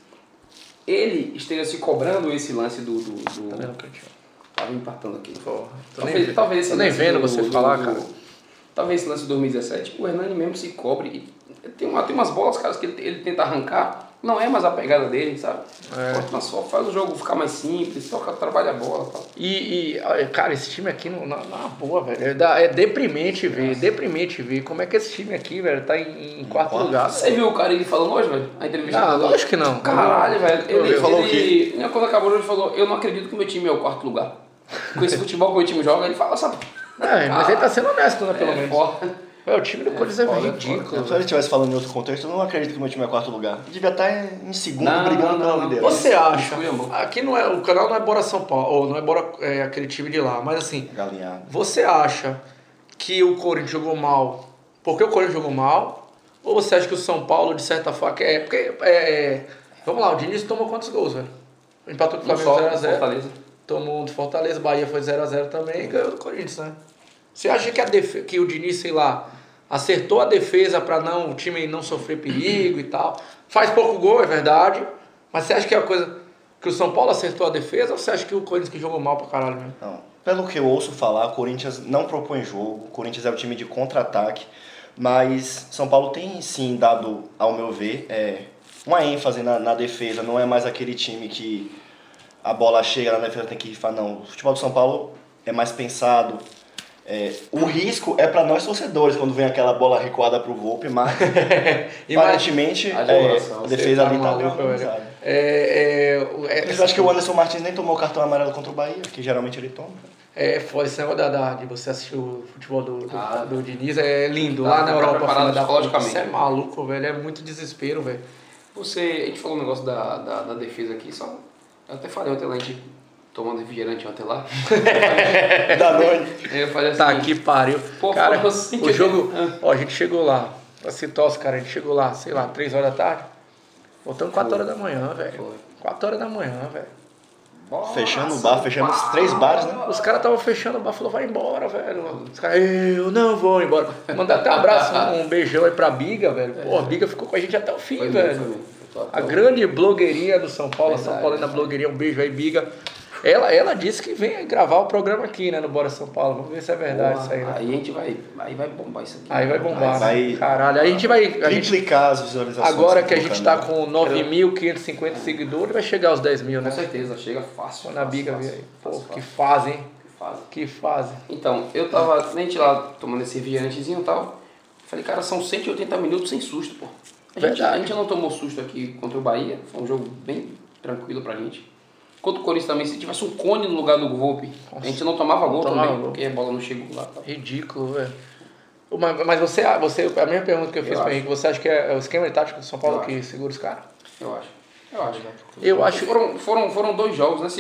[SPEAKER 3] ele esteja se cobrando esse lance do. do, do
[SPEAKER 1] Tá vendo, Cantinho?
[SPEAKER 3] tava empatando aqui.
[SPEAKER 1] Porra, tô
[SPEAKER 3] Talvez,
[SPEAKER 1] nem,
[SPEAKER 3] talvez esse
[SPEAKER 1] tô nem
[SPEAKER 3] lance
[SPEAKER 1] vendo
[SPEAKER 3] do-
[SPEAKER 1] você
[SPEAKER 3] do-
[SPEAKER 1] falar,
[SPEAKER 3] do-
[SPEAKER 1] cara.
[SPEAKER 3] Talvez esse lance de dois mil e dezessete, o Hernani mesmo se cobre. E tem, uma, tem umas bolas, cara, que ele, ele tenta arrancar, não é mais a pegada dele, sabe?
[SPEAKER 1] É.
[SPEAKER 3] Corta na só, faz o jogo ficar mais simples, toca, trabalha a bola e tal.
[SPEAKER 1] E, e, olha, cara, esse time aqui, não- na, na boa, velho, é, da- é deprimente ver, deprimente ver como é que esse time aqui, velho, tá em, em quarto lugar.
[SPEAKER 3] Você viu o cara ele falando hoje, velho? A entrevista
[SPEAKER 1] Ah,
[SPEAKER 3] dele?
[SPEAKER 1] lógico que não.
[SPEAKER 3] Caralho, velho. Ele,
[SPEAKER 1] Ele
[SPEAKER 2] falou
[SPEAKER 3] ele, né, quando acabou o jogo, ele falou: eu não acredito que o meu time é o quarto lugar. Com esse futebol que o meu time joga, ele fala, sabe?
[SPEAKER 1] É, mas ele tá sendo honesto, né, pelo
[SPEAKER 3] É,
[SPEAKER 1] menos.
[SPEAKER 3] foda.
[SPEAKER 1] É, o time do Corinthians é,
[SPEAKER 2] Olha,
[SPEAKER 1] ridículo.
[SPEAKER 2] Se ele estivesse falando em outro contexto, eu não acredito que o meu time é quarto lugar. Ele devia estar em segundo,
[SPEAKER 3] Não,
[SPEAKER 2] brigando
[SPEAKER 3] não,
[SPEAKER 2] pela
[SPEAKER 3] não.
[SPEAKER 2] liderança.
[SPEAKER 1] Você acha,
[SPEAKER 3] Fui, amor.
[SPEAKER 1] aqui não é, o canal não é Bora São Paulo, ou não é Bora é, aquele time de lá, mas assim,
[SPEAKER 2] Galinhado.
[SPEAKER 1] você acha que o Corinthians jogou mal porque o Corinthians jogou mal? Ou você acha que o São Paulo, de certa forma, que é, porque, é, vamos lá, o Diniz tomou quantos gols, velho? Empatou com o
[SPEAKER 3] Não
[SPEAKER 1] Flamengo
[SPEAKER 3] só,
[SPEAKER 1] zero a zero.
[SPEAKER 3] Fortaleza.
[SPEAKER 1] Tomou do Fortaleza, Bahia foi zero a zero também e ganhou do Corinthians, né? Você acha que, a defe- que o Diniz, sei lá, acertou a defesa pra não, o time não sofrer perigo e tal? Faz pouco gol, é verdade, mas você acha que é a coisa que o São Paulo acertou a defesa ou você acha que o Corinthians que jogou mal pra caralho mesmo?
[SPEAKER 2] Não. Pelo que eu ouço falar, o Corinthians não propõe jogo, o Corinthians é o time de contra-ataque, mas São Paulo tem sim dado, ao meu ver, é, uma ênfase na, na defesa, não é mais aquele time que a bola chega na defesa tem que rifar, não. O futebol do São Paulo é mais pensado. É, o risco é para nós torcedores quando vem aquela bola recuada pro Volpe, mas aparentemente
[SPEAKER 3] A
[SPEAKER 2] é,
[SPEAKER 3] geração,
[SPEAKER 2] a defesa ali tá
[SPEAKER 1] maluco, velho.
[SPEAKER 2] organizada.
[SPEAKER 1] É, é, é,
[SPEAKER 2] Eu acho que o Anderson Martins nem tomou cartão amarelo contra o Bahia, que geralmente ele toma.
[SPEAKER 1] É foda, esse negócio da, da, de você assistir o futebol do, do,
[SPEAKER 3] Ah,
[SPEAKER 1] do Diniz é lindo.
[SPEAKER 3] tá,
[SPEAKER 1] Lá na
[SPEAKER 3] tá
[SPEAKER 1] Europa,
[SPEAKER 3] preparado
[SPEAKER 1] filha da puta.
[SPEAKER 3] psicologicamente.
[SPEAKER 1] Você é maluco, velho. É muito desespero, velho.
[SPEAKER 3] Você, a gente falou um negócio da, da, da defesa aqui, só. Eu até falei ontem lá, a gente tomando refrigerante ontem lá.
[SPEAKER 2] Danone.
[SPEAKER 3] Eu falei assim.
[SPEAKER 1] Tá que pariu.
[SPEAKER 3] Pô,
[SPEAKER 1] Cara,
[SPEAKER 3] falou assim
[SPEAKER 1] o
[SPEAKER 3] que-
[SPEAKER 1] jogo... Ó, a gente chegou lá. Pra citar os caras, a gente chegou lá, sei lá, três horas da tarde. Voltamos quatro horas da manhã, velho.
[SPEAKER 3] Foi.
[SPEAKER 1] quatro horas da manhã, velho.
[SPEAKER 2] Fechando o bar, fechamos três bares, né?
[SPEAKER 1] Os caras estavam fechando o bar, falou, vai embora, velho. Os caras, eu não vou embora. Mandar até um abraço, um beijão aí pra Biga, velho. Pô, a Biga ficou com a gente até o fim,
[SPEAKER 3] Foi mesmo,
[SPEAKER 1] velho.
[SPEAKER 3] foi mesmo. Foi top.
[SPEAKER 1] A grande blogueirinha do São Paulo, a São
[SPEAKER 3] Verdade,
[SPEAKER 1] Paulo na
[SPEAKER 3] verdade.
[SPEAKER 1] blogueirinha, um beijo aí, Biga. Ela, ela disse que vem gravar o programa aqui, né, no Bora São Paulo. Vamos ver se é verdade
[SPEAKER 3] Porra,
[SPEAKER 1] isso aí, né?
[SPEAKER 3] Aí a gente vai, aí vai bombar isso aqui.
[SPEAKER 1] Aí vai bombar,
[SPEAKER 2] Vai-
[SPEAKER 1] né? Caralho. Aí a gente vai. A gente,
[SPEAKER 2] Triplicar as visualizações.
[SPEAKER 1] agora que a
[SPEAKER 2] no
[SPEAKER 1] gente
[SPEAKER 2] canal.
[SPEAKER 1] tá com nove mil quinhentos e cinquenta seguidores, vai chegar aos dez mil,
[SPEAKER 3] Com
[SPEAKER 1] né?
[SPEAKER 3] certeza, chega fácil.
[SPEAKER 1] Quando a
[SPEAKER 3] fácil,
[SPEAKER 1] Biga
[SPEAKER 3] fácil,
[SPEAKER 1] vê aí. Pô,
[SPEAKER 3] fácil,
[SPEAKER 1] que
[SPEAKER 3] fácil.
[SPEAKER 1] fase, hein?
[SPEAKER 3] Que fase.
[SPEAKER 1] Que fase.
[SPEAKER 3] Então, eu tava, a gente lá tomando esse refrigerantezinho e tal. Falei, cara, são cento e oitenta minutos sem susto, pô. A gente,
[SPEAKER 1] Verdade.
[SPEAKER 3] a gente não tomou susto aqui contra o Bahia, foi um jogo bem tranquilo pra gente. Contra o Corinthians também, se tivesse um cone no lugar do Volpe, a gente não tomava gol
[SPEAKER 1] tomava
[SPEAKER 3] também,
[SPEAKER 1] gol.
[SPEAKER 3] porque a bola não chegou lá. Tal.
[SPEAKER 1] Ridículo, velho. Mas, mas você, você, a mesma pergunta que eu fiz
[SPEAKER 3] Eu
[SPEAKER 1] pra
[SPEAKER 3] acho.
[SPEAKER 1] Henrique, você acha que é o esquema tático do São Paulo
[SPEAKER 3] Eu
[SPEAKER 1] que segura os caras?
[SPEAKER 3] Eu acho. Eu acho.
[SPEAKER 1] Eu acho.
[SPEAKER 3] Foram, foram, foram dois jogos, né? Se,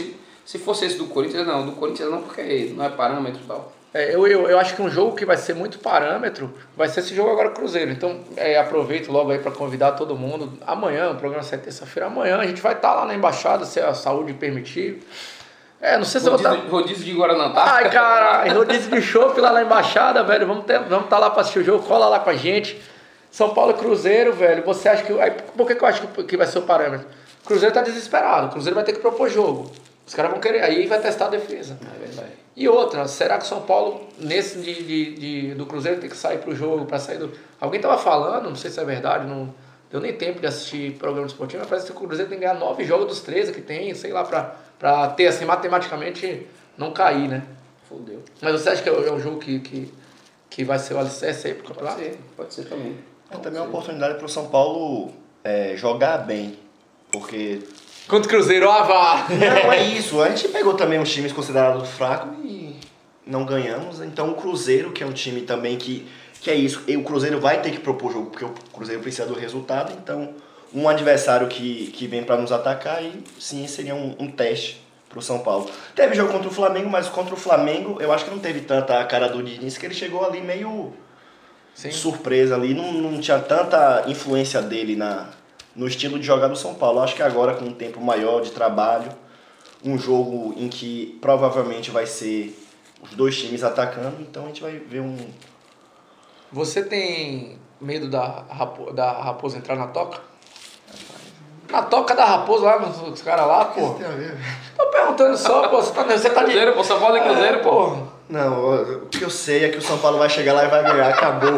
[SPEAKER 3] Se fosse esse do Corinthians, não. Do Corinthians não, porque não é parâmetro e tal.
[SPEAKER 1] É, eu, eu, eu acho que um jogo que vai ser muito parâmetro vai ser esse jogo agora Cruzeiro. Então, é, aproveito logo aí para convidar todo mundo. Amanhã, o programa vai ser terça-feira. Amanhã a gente vai estar tá lá na embaixada, se a saúde permitir. É, não sei se
[SPEAKER 3] rodízio,
[SPEAKER 1] eu vou estar...
[SPEAKER 3] Rodízio de Guaraná, tá?
[SPEAKER 1] Ai, caralho, rodízio de chopp lá na embaixada, velho. Vamos estar vamos tá lá para assistir o jogo, cola lá com a gente. São Paulo e Cruzeiro, velho. Você acha que... Aí, por que, que eu acho que, que vai ser o parâmetro? O Cruzeiro tá desesperado. O Cruzeiro vai ter que propor jogo. Os caras vão querer... Aí vai testar a defesa.
[SPEAKER 3] É verdade.
[SPEAKER 1] E outra, será que o São Paulo, nesse de, de, de, do Cruzeiro, tem que sair pro jogo, pra sair do... Alguém tava falando, não sei se é verdade, não deu nem tempo de assistir programa esportivo, mas parece que o Cruzeiro tem que ganhar nove jogos dos treze que tem, sei lá, pra, pra ter, assim, matematicamente não cair, né?
[SPEAKER 3] Fudeu.
[SPEAKER 1] Mas você acha que é um jogo que, que, que vai ser o alicerce aí pro campeonato?
[SPEAKER 3] Pode ser, pode ser também.
[SPEAKER 2] É também uma oportunidade pro São Paulo é, jogar bem, porque...
[SPEAKER 1] Contra o Cruzeiro, ó, vá!
[SPEAKER 2] Não, é isso. A gente pegou também uns times considerados fracos e não ganhamos. Então o Cruzeiro, que é um time também que, que é isso. E o Cruzeiro vai ter que propor jogo, porque o Cruzeiro precisa do resultado. Então, um adversário que, que vem para nos atacar, e sim, seria um, um teste pro São Paulo. Teve jogo contra o Flamengo, mas contra o Flamengo eu acho que não teve tanta a cara do Diniz, que ele chegou ali meio sim. surpresa ali. Não, não tinha tanta influência dele na... no estilo de jogar do São Paulo. Acho que agora, com um tempo maior de trabalho, um jogo em que provavelmente vai ser os dois times atacando, então a gente vai ver um...
[SPEAKER 1] Você tem medo da, rapo, da Raposa entrar na toca? Na toca da Raposa lá, os caras lá, pô.
[SPEAKER 2] O que tem a ver?
[SPEAKER 1] Tô perguntando só, pô. Você tá, você tá de...
[SPEAKER 3] Cruzeiro, pô, São Paulo é Cruzeiro,
[SPEAKER 1] é,
[SPEAKER 3] pô.
[SPEAKER 2] Não, o que eu sei é que o São Paulo vai chegar lá e vai ganhar. Acabou.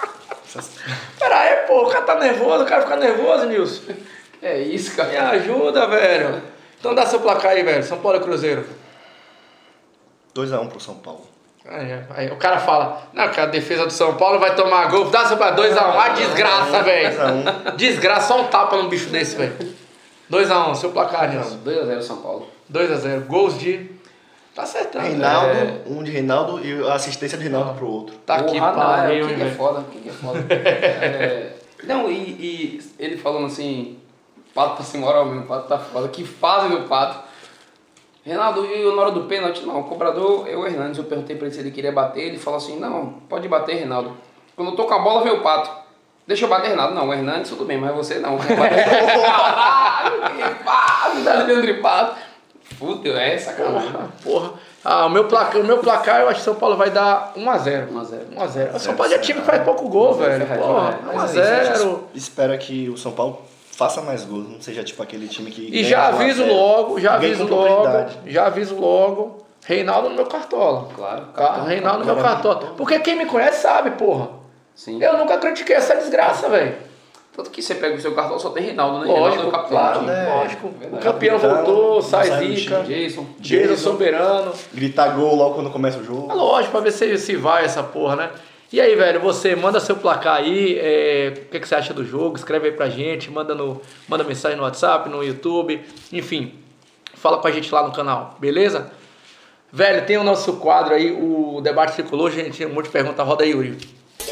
[SPEAKER 1] Pera aí, pô, o cara tá nervoso, o cara fica nervoso, Nilson.
[SPEAKER 3] É isso, cara.
[SPEAKER 1] Me ajuda, velho. Então dá seu placar aí, velho. São Paulo e Cruzeiro.
[SPEAKER 2] dois a um pro São Paulo.
[SPEAKER 1] Aí, aí o cara fala, não, que a defesa do São Paulo vai tomar gol. Dá seu placar, dois a um. Ah, desgraça, velho.
[SPEAKER 2] dois a um.
[SPEAKER 1] Desgraça, só um tapa num bicho desse, velho. dois a um, seu placar, Nilson.
[SPEAKER 3] dois a zero São Paulo.
[SPEAKER 1] dois a zero. Gols de... Tá acertando.
[SPEAKER 2] Reinaldo,
[SPEAKER 1] é...
[SPEAKER 2] um de Reinaldo e a assistência de Reinaldo pro outro.
[SPEAKER 1] Tá aqui,
[SPEAKER 3] Porra,
[SPEAKER 1] pariu,
[SPEAKER 3] não, é, que, que é foda, que, que é foda. é, não, e, e ele falando assim, Pato tá sem moral mesmo, Pato tá foda. Que fazem no Pato. Reinaldo, e na hora do pênalti? Não, o cobrador é o Hernandes. Eu perguntei pra ele se ele queria bater, ele falou assim, não, pode bater, Reinaldo. Quando eu tô com a bola, vem o Pato. Deixa eu bater, Reinaldo. Não, o Hernandes tudo bem, mas você não. Caralho, que Pato, tá Leandro Pato. Fudeu, é sacanagem.
[SPEAKER 1] Porra, porra. Ah, o meu placar, o meu placar eu acho que São Paulo vai dar um a zero.
[SPEAKER 3] um a zero.
[SPEAKER 1] um a zero. O São Paulo é time que faz pouco gol, velho. Porra, um a zero.
[SPEAKER 2] Espera que o São Paulo faça mais gols, não seja tipo aquele time que...
[SPEAKER 1] E já aviso logo, já aviso logo, já aviso logo, Reinaldo no meu cartola.
[SPEAKER 3] Claro.
[SPEAKER 1] Cartola, Reinaldo no meu cartola. Porque quem me conhece sabe, porra.
[SPEAKER 3] Sim.
[SPEAKER 1] Eu nunca critiquei essa desgraça, velho.
[SPEAKER 3] Tanto que você pega o seu cartão, só tem Reinaldo, né?
[SPEAKER 1] Lógico,
[SPEAKER 3] Reinaldo é o capitão,
[SPEAKER 1] claro,
[SPEAKER 2] né?
[SPEAKER 1] lógico.
[SPEAKER 2] Verdade.
[SPEAKER 1] O campeão voltou, sai zica,
[SPEAKER 3] Jason.
[SPEAKER 1] Jason soberano.
[SPEAKER 2] Gritar gol logo quando começa o jogo.
[SPEAKER 1] É lógico, pra ver se, se vai essa porra, né? E aí, velho, você manda seu placar aí, é, o que, que você acha do jogo, escreve aí pra gente, manda, no, manda mensagem no WhatsApp, no YouTube, enfim, fala com a gente lá no canal, beleza? Velho, tem o nosso quadro aí, o Debate Tricolor, gente, tem um monte de pergunta, roda aí, Yuri.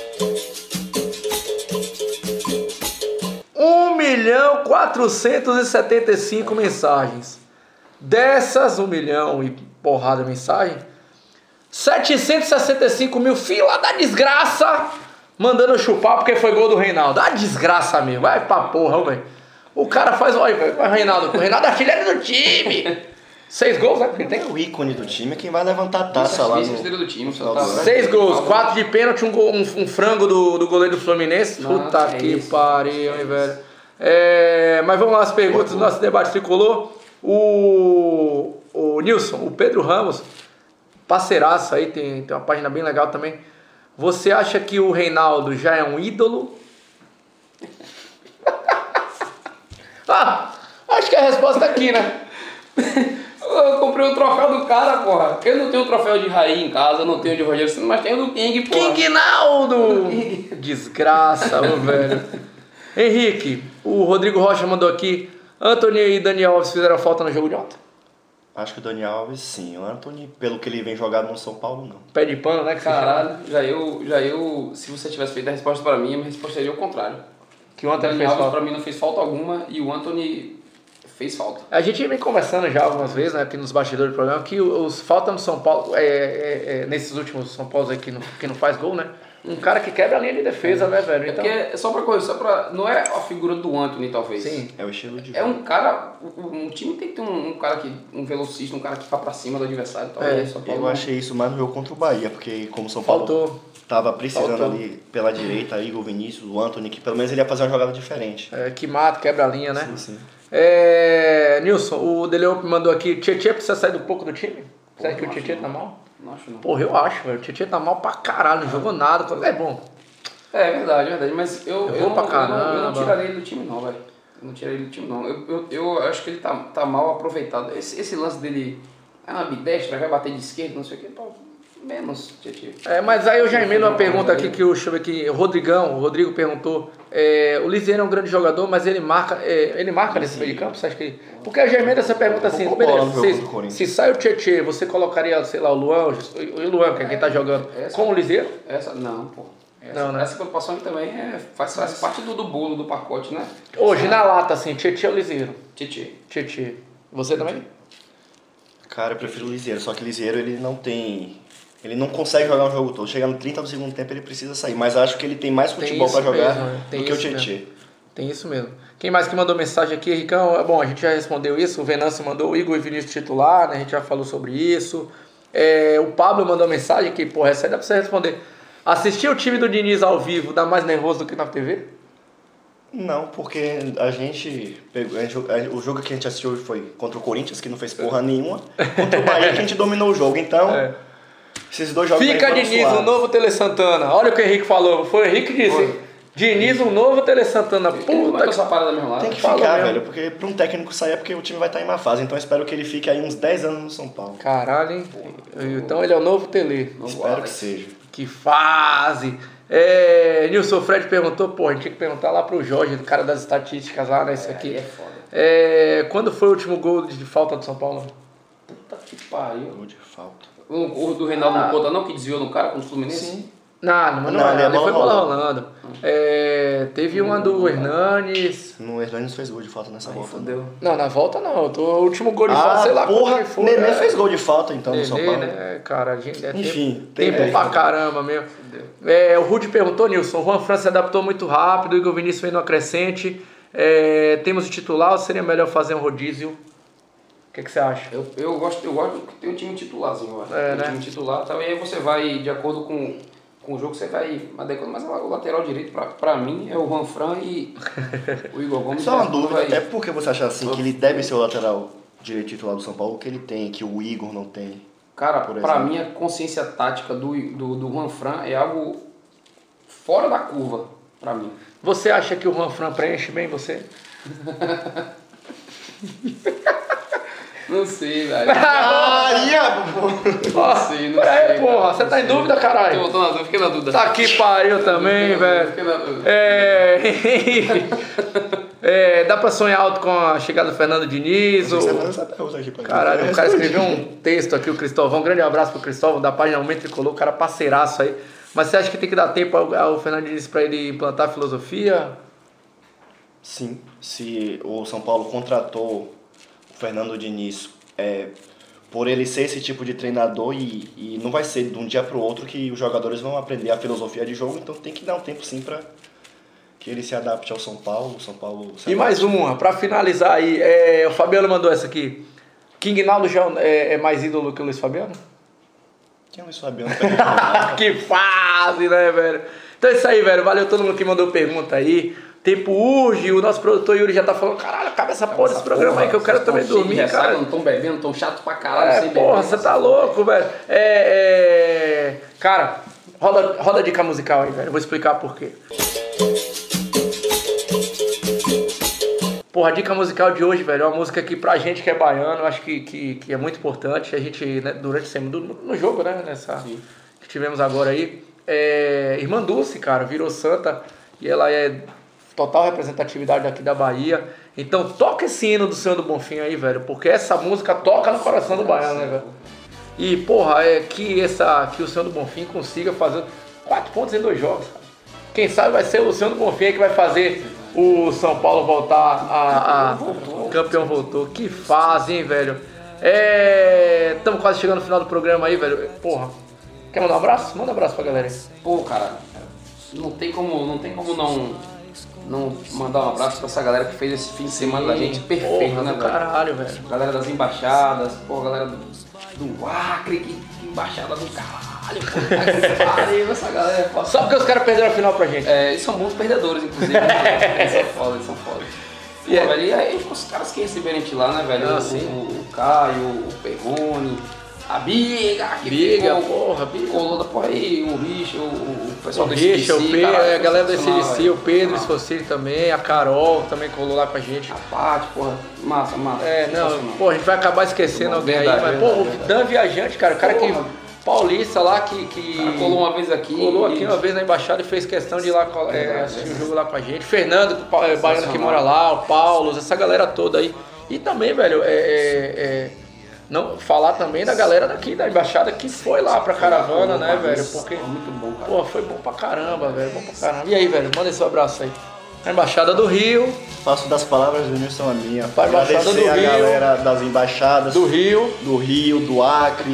[SPEAKER 1] um milhão quatrocentos e setenta e cinco mensagens. Dessas, um milhão e porrada de mensagem, setecentos e sessenta e cinco mil fila da desgraça mandando chupar porque foi gol do Reinaldo. A desgraça mesmo, vai pra porra, velho. O cara faz, olha, o Reinaldo, o Reinaldo é artilheiro do time. Seis gols, né? Ele tem
[SPEAKER 2] o ícone do time, é quem vai levantar a taça lá. No...
[SPEAKER 3] do time,
[SPEAKER 2] no
[SPEAKER 3] tá,
[SPEAKER 1] Seis gols, quatro de pênalti, um, gol, um, um frango do, do goleiro do Fluminense.
[SPEAKER 3] Nossa,
[SPEAKER 1] Puta
[SPEAKER 3] é
[SPEAKER 1] que
[SPEAKER 3] isso,
[SPEAKER 1] pariu,
[SPEAKER 3] é
[SPEAKER 1] hein, velho. É, mas vamos lá, as perguntas do nosso debate tricolor. O, o Nilson, o Pedro Ramos, parceiraço aí, tem, tem uma página bem legal também. Você acha que o Reinaldo já é um ídolo? Ah, acho que a resposta é aqui, né?
[SPEAKER 3] Eu comprei o troféu do cara, porra. Eu não tenho o troféu de Raí em casa, eu não tenho o de Rogério Ceni, mas tenho o do King, porra.
[SPEAKER 1] King Naldo! Desgraça, ô, velho. Henrique, o Rodrigo Rocha mandou aqui. Antony e Daniel Alves fizeram falta no jogo de ontem?
[SPEAKER 2] Acho que o Daniel Alves sim. O Antony, pelo que ele vem jogando no São Paulo, não.
[SPEAKER 1] Pé de pano, né? Que
[SPEAKER 3] Caralho, já eu, já eu, se você tivesse feito a resposta pra mim, a minha resposta seria o contrário.
[SPEAKER 1] Que o Antony
[SPEAKER 3] Daniel
[SPEAKER 1] fez
[SPEAKER 3] Alves
[SPEAKER 1] falta.
[SPEAKER 3] pra mim não fez falta alguma e o Antony fez falta.
[SPEAKER 1] A gente vem conversando já algumas vezes, né, aqui nos bastidores do programa, que os falta no São Paulo, é, é, é, nesses últimos São Paulo aí que não, que não faz gol, né? Um cara que quebra a linha de defesa, né, velho?
[SPEAKER 3] É
[SPEAKER 1] então...
[SPEAKER 3] porque é só pra coisa, só pra. Não é a figura do Anthony, talvez.
[SPEAKER 1] Sim.
[SPEAKER 2] É o estilo de
[SPEAKER 3] É um cara. Um time tem que ter um, um cara que. Um velocista, um cara que vai pra cima do adversário. Talvez.
[SPEAKER 1] É,
[SPEAKER 3] São Paulo
[SPEAKER 2] Eu
[SPEAKER 3] não.
[SPEAKER 2] achei isso mais no jogo contra o Bahia, porque como o São Paulo
[SPEAKER 1] Faltou.
[SPEAKER 2] tava precisando
[SPEAKER 1] Faltou.
[SPEAKER 2] ali pela direita, Igor Vinícius, o Anthony, que pelo menos ele ia fazer uma jogada diferente.
[SPEAKER 1] É, que mata, quebra a linha, né?
[SPEAKER 2] Sim, sim.
[SPEAKER 1] É, Nilson, o Deleupe mandou aqui, Tietchan precisa sair um pouco do time? Você acha que o Tietchan tá mal?
[SPEAKER 3] Não acho não.
[SPEAKER 1] Porra, eu acho, velho. O Tietchan tá mal pra caralho, não jogou nada. É bom.
[SPEAKER 3] É verdade, é verdade. Mas eu,
[SPEAKER 1] Eu
[SPEAKER 3] eu,
[SPEAKER 1] vou
[SPEAKER 3] não,
[SPEAKER 1] pra
[SPEAKER 3] eu, não,
[SPEAKER 1] caramba.
[SPEAKER 3] eu não tiraria ele do time, não, velho. Eu não tiraria ele do time, não. Eu, eu, eu acho que ele tá, tá mal aproveitado. Esse, esse lance dele é uma ambidestra, vai bater de esquerda, não sei o que. Pô, menos, Tietchan.
[SPEAKER 1] É, mas aí eu já emendo uma pergunta aqui que o, deixa eu ver aqui, o Rodrigão, o Rodrigo perguntou. É, o Lisieiro é um grande jogador, mas ele marca, é, ele marca nesse meio de campo, você acha que... Porque eu já emendo essa pergunta assim, beleza, se, se sai o Tietchan, você colocaria, sei lá, o Luan, o Luan, que é quem tá jogando,
[SPEAKER 3] Essa-
[SPEAKER 1] com o Lisieiro?
[SPEAKER 3] Essa, não, pô. Essa,
[SPEAKER 1] Não, né?
[SPEAKER 3] essa preocupação aí também é, faz, faz parte do, do bolo, do pacote, né?
[SPEAKER 1] Hoje, na lata, assim, Tietchan ou Lisieiro?
[SPEAKER 3] Tietchan.
[SPEAKER 1] Tietchan. Você também?
[SPEAKER 2] Cara, eu prefiro o Liseiro, só que o Liseiro ele não tem... Ele não consegue jogar um jogo todo. Chega no trinta do segundo tempo ele precisa sair. Mas acho que ele tem mais
[SPEAKER 1] Tem
[SPEAKER 2] futebol
[SPEAKER 1] isso
[SPEAKER 2] pra jogar
[SPEAKER 1] mesmo, né? Tem
[SPEAKER 2] do que o
[SPEAKER 1] isso
[SPEAKER 2] Tietchan.
[SPEAKER 1] mesmo. Tem isso mesmo. Quem mais que mandou mensagem aqui, Ricão? Bom, a gente já respondeu isso. O Venâncio mandou o Igor e Vinícius titular, né? A gente já falou sobre isso. É, o Pablo mandou mensagem que, porra, essa aí dá pra você responder. Assistir o time do Diniz ao vivo dá mais nervoso do que na T V?
[SPEAKER 2] Não, porque a gente, pegou, a gente... O jogo que a gente assistiu foi contra o Corinthians, que não fez porra nenhuma. Contra o Bahia, que a gente dominou o jogo. Então,
[SPEAKER 1] É.
[SPEAKER 2] esses dois jogos...
[SPEAKER 1] Fica
[SPEAKER 2] aí foram
[SPEAKER 1] Diniz, um
[SPEAKER 2] suaves.
[SPEAKER 1] novo Tele Santana. Olha o que o Henrique falou. Foi o Henrique que disse.
[SPEAKER 3] Foi.
[SPEAKER 1] Diniz, um novo Tele Santana.
[SPEAKER 3] Puta
[SPEAKER 1] Puta
[SPEAKER 3] essa
[SPEAKER 1] que...
[SPEAKER 3] parada mesmo lá.
[SPEAKER 2] Tem que
[SPEAKER 1] Fala
[SPEAKER 2] ficar,
[SPEAKER 1] mesmo.
[SPEAKER 2] velho, porque pra um técnico sair é porque o time vai estar em má fase. Então eu espero que ele fique aí uns dez anos no São Paulo.
[SPEAKER 1] Caralho, hein? Então ele é o novo Tele.
[SPEAKER 3] Não
[SPEAKER 2] espero
[SPEAKER 3] guarda.
[SPEAKER 2] que seja.
[SPEAKER 1] Que fase! É, Nilson, o Fred perguntou, pô, a gente tinha que perguntar lá pro Jorge, do cara das estatísticas lá, né? Isso aqui.
[SPEAKER 3] Aí é foda.
[SPEAKER 1] É, quando foi o último gol de falta do São Paulo?
[SPEAKER 3] Puta que pariu.
[SPEAKER 2] Gol de falta.
[SPEAKER 3] O, o do Reinaldo não conta não, que desviou no cara contra o Fluminense?
[SPEAKER 1] Sim. Não, não, não,
[SPEAKER 2] Não,
[SPEAKER 1] não,
[SPEAKER 2] ali é
[SPEAKER 1] ali foi
[SPEAKER 2] bola
[SPEAKER 1] bola
[SPEAKER 2] rolando.
[SPEAKER 1] rolando. É, teve uma do Hernanes.
[SPEAKER 2] No Hernandes fez gol de falta nessa volta. né?
[SPEAKER 3] Fudeu.
[SPEAKER 1] Não, na volta não. Eu tô, o último gol de
[SPEAKER 2] Ah,
[SPEAKER 1] falta, sei lá
[SPEAKER 2] porra,
[SPEAKER 1] qual que foi.
[SPEAKER 2] Nenê
[SPEAKER 1] né?
[SPEAKER 2] fez gol de falta então no São
[SPEAKER 1] Nenê,
[SPEAKER 2] Paulo.
[SPEAKER 1] né? Cara, a gente é
[SPEAKER 2] Enfim,
[SPEAKER 1] tempo,
[SPEAKER 2] tem
[SPEAKER 1] tempo
[SPEAKER 2] aí.
[SPEAKER 1] pra caramba mesmo. É, o Rudy perguntou, Nilson, o Juan Fran se adaptou muito rápido, o Igor Vinícius vem no acrescente. É, temos o titular ou seria melhor fazer um rodízio? O que, que você acha?
[SPEAKER 3] Eu, eu gosto, eu gosto que tem um time titularzinho, eu acho.
[SPEAKER 1] É,
[SPEAKER 3] Tem um
[SPEAKER 1] né?
[SPEAKER 3] time titular, tá? E aí você vai, de acordo com, com o jogo, você vai adequando. Mas o lateral direito, pra, pra mim, é o Juan Fran e o Igor Gomes.
[SPEAKER 2] Só uma
[SPEAKER 3] vai-
[SPEAKER 2] dúvida,
[SPEAKER 3] vai-
[SPEAKER 2] é porque você acha assim que ele deve ser o lateral direito titular do São Paulo, que ele tem, que o Igor não tem?
[SPEAKER 3] Cara,
[SPEAKER 2] por
[SPEAKER 3] pra
[SPEAKER 2] exemplo.
[SPEAKER 3] mim, a consciência tática do, do, do Juan Fran é algo fora da curva, pra mim.
[SPEAKER 1] Você acha que o Juan Fran preenche bem você?
[SPEAKER 3] Não sei, velho.
[SPEAKER 2] Ah,
[SPEAKER 1] Ó,
[SPEAKER 3] sei, não
[SPEAKER 1] é,
[SPEAKER 3] sei,
[SPEAKER 1] porra,
[SPEAKER 3] cara,
[SPEAKER 1] você
[SPEAKER 3] não
[SPEAKER 1] tá em
[SPEAKER 3] sei.
[SPEAKER 1] dúvida, caralho?
[SPEAKER 3] Tô, tô na dúvida, fiquei na dúvida.
[SPEAKER 1] Tá aqui pariu também, velho.
[SPEAKER 3] Fiquei na dúvida.
[SPEAKER 1] É, é, dá pra sonhar alto com a chegada do Fernando Diniz?
[SPEAKER 2] Você
[SPEAKER 1] ou-
[SPEAKER 2] faz essa pergunta aqui pra mim.
[SPEAKER 1] Caralho, o cara escreveu um texto aqui, o Cristóvão. Um grande abraço pro Cristóvão, da página Aumento Tricolor, o cara parceiraço aí. Mas você acha que tem que dar tempo ao, ao Fernando Diniz pra ele implantar a filosofia?
[SPEAKER 2] Sim, se o São Paulo contratou o Fernando Diniz é, por ele ser esse tipo de treinador e, e não vai ser de um dia para o outro que os jogadores vão aprender a filosofia de jogo, então tem que dar um tempo sim para que ele se adapte ao São Paulo. O São Paulo se
[SPEAKER 1] E mais
[SPEAKER 2] adapte.
[SPEAKER 1] uma, pra finalizar aí, é, o Fabiano mandou essa aqui. King Naldo já é, é mais ídolo que o Luiz Fabiano?
[SPEAKER 2] Quem é o Luiz Fabiano?
[SPEAKER 1] Que fase, né, velho? Então é isso aí, velho. Valeu todo mundo que mandou pergunta aí. Tempo urge, o nosso produtor Yuri já tá falando, caralho, acaba essa porra desse programa aí que eu quero também dormir, cara.
[SPEAKER 3] Não estão bebendo, estão chato pra caralho.
[SPEAKER 1] É,
[SPEAKER 3] sem
[SPEAKER 1] porra,
[SPEAKER 3] beber.
[SPEAKER 1] você tá louco, velho. É, é... Cara, roda, roda a dica musical aí, velho. Eu vou explicar por quê. Porra, a dica musical de hoje, velho, é uma música que pra gente que é baiano, eu acho que, que, que é muito importante. A gente, né, durante a semana, no, no jogo, né, nessa
[SPEAKER 3] Sim.
[SPEAKER 1] que tivemos agora aí, é, Irmã Dulce, cara, virou santa e ela é total representatividade aqui da Bahia. Então toca esse hino do Senhor do Bonfim aí, velho, porque essa música toca no coração do baiano, né, velho? E, porra, é que, essa, que o Senhor do Bonfim consiga fazer quatro pontos em dois jogos, cara. Quem sabe vai ser o Senhor do Bonfim aí que vai fazer o, o São Paulo voltar a... a... O campeão voltou. Que fase, hein, velho? É... Estamos quase chegando no final do programa aí, velho. Porra. Quer mandar um abraço? Manda um abraço pra galera aí.
[SPEAKER 3] Pô, cara, não tem como não, tem como não, não mandar um abraço pra essa galera que fez esse fim de semana da gente perfeito,
[SPEAKER 1] porra,
[SPEAKER 3] né,
[SPEAKER 1] do
[SPEAKER 3] velho?
[SPEAKER 1] Caralho, velho.
[SPEAKER 3] Galera das embaixadas, pô, galera do, do Acre, que, que embaixada do caralho. Pariu, essa galera é foda.
[SPEAKER 1] Só porque os caras perderam a final pra gente.
[SPEAKER 3] É, eles são bons perdedores, inclusive. Né? Eles são foda, eles são foda. E, yeah. velho, e aí os caras que receberam a gente lá, né, velho? Ah, o, o, o Caio, o Perrone, a Biga, que
[SPEAKER 1] Biga,
[SPEAKER 3] ficou,
[SPEAKER 1] porra, Biga.
[SPEAKER 3] Colou da porra aí, o Richa, o, o pessoal
[SPEAKER 1] o
[SPEAKER 3] do
[SPEAKER 1] Richa, o Pedro, cara, a galera do S D C, o Pedro Esfocilho também, a Carol também colou lá com a gente.
[SPEAKER 3] A Paty, porra, massa, massa.
[SPEAKER 1] É, não, pô, a gente vai acabar esquecendo alguém aí, mas, pô, o Dan Viajante, cara, o cara porra. que... Paulista lá que, que
[SPEAKER 3] colou uma vez aqui.
[SPEAKER 1] Colou aqui uma vez na embaixada e fez questão de ir lá é, assistir o jogo lá com a gente. Fernando, é, baiano que mora lá, o Paulo, essa galera toda aí. E também, velho, é, é, é, não, falar também da galera daqui da embaixada que foi lá pra caravana, né, velho? Porque,
[SPEAKER 3] muito bom, cara.
[SPEAKER 1] Pô, foi bom pra caramba, velho, bom pra caramba. E aí, velho, manda esse abraço aí. A embaixada do Rio.
[SPEAKER 2] Faço das palavras do Nilson a minha.
[SPEAKER 1] Pra embaixada do Rio.
[SPEAKER 2] A galera das embaixadas.
[SPEAKER 1] Do Rio.
[SPEAKER 2] Do Rio, do Acre.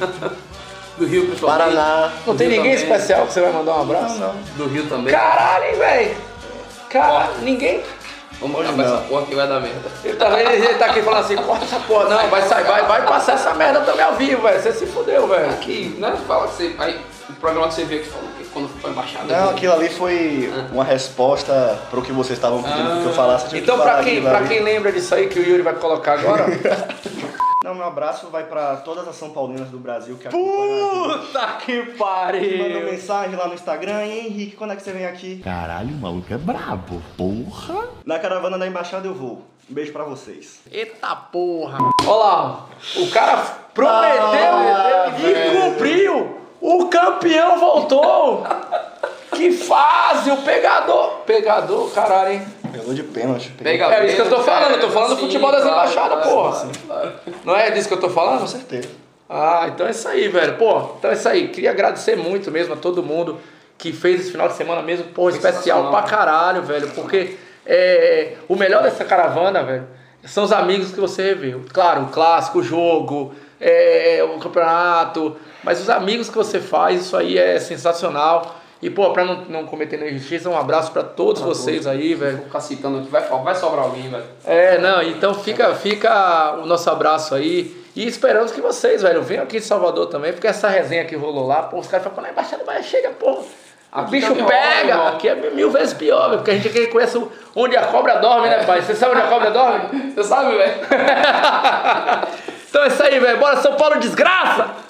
[SPEAKER 3] Do Rio, principalmente.
[SPEAKER 2] Paraná.
[SPEAKER 1] Não tem ninguém também. Especial que você vai mandar um abraço?
[SPEAKER 2] Não, não.
[SPEAKER 3] Do Rio também.
[SPEAKER 1] Caralho, hein, velho? Caralho, ninguém...
[SPEAKER 3] Vamos acabar essa porra que vai dar merda.
[SPEAKER 1] Ele tá, ele, ele tá aqui falando assim, corta essa porra. Não, vai sair, vai, vai passar essa merda também ao vivo, velho. Você se fudeu, velho.
[SPEAKER 3] Aqui, não é fala que você... Aí, o programa que você viu que falou que quando foi embaixada...
[SPEAKER 2] Não, aquilo ali foi ah. uma resposta pro que vocês estavam pedindo ah. que eu falasse.
[SPEAKER 1] Então,
[SPEAKER 2] que
[SPEAKER 1] pra, quem, pra quem lembra disso aí que o Yuri vai colocar agora...
[SPEAKER 2] Não, meu abraço vai pra todas as São Paulinas do Brasil que acompanham.
[SPEAKER 1] Puta que pariu!
[SPEAKER 2] Mandou mensagem lá no Instagram. E Henrique, quando é que você vem aqui?
[SPEAKER 9] Caralho, o maluco é brabo. Porra!
[SPEAKER 2] Na caravana da embaixada eu vou. Um beijo pra vocês.
[SPEAKER 1] Eita porra! Olha lá, o cara prometeu ah, e velho. cumpriu! O campeão voltou! Que fase! O pegador! Pegador, caralho, hein?
[SPEAKER 2] Pegou de pênalti.
[SPEAKER 1] Pegador. É isso que eu tô falando, eu tô falando do futebol das embaixadas, porra. Não é disso que eu tô falando?
[SPEAKER 2] Com certeza.
[SPEAKER 1] Ah, então é isso aí, velho. Pô, então é isso aí. Queria agradecer muito mesmo a todo mundo que fez esse final de semana mesmo, pô, especial pra caralho, velho. Porque é, o melhor dessa caravana, velho, são os amigos que você revê. Claro, o clássico, o jogo, é, o campeonato. Mas os amigos que você faz, isso aí é sensacional. E, pô, pra não, não cometer nenhuma injustiça, um abraço pra todos pra vocês todos. aí, velho.
[SPEAKER 3] Vou ficar citando aqui, vai, vai sobrar alguém, velho.
[SPEAKER 1] É, não, então fica, fica o nosso abraço aí. E esperamos que vocês, velho, venham aqui de Salvador também, porque essa resenha que rolou lá, pô, os caras falam, quando a embaixada vai, chega, pô. O bicho pega, rola, aqui é mil vezes pior, velho, porque a gente aqui conhece onde a cobra dorme, é. né, pai? Você sabe onde a cobra dorme?
[SPEAKER 3] Você sabe, velho?
[SPEAKER 1] Então é isso aí, velho. Bora, São Paulo, desgraça!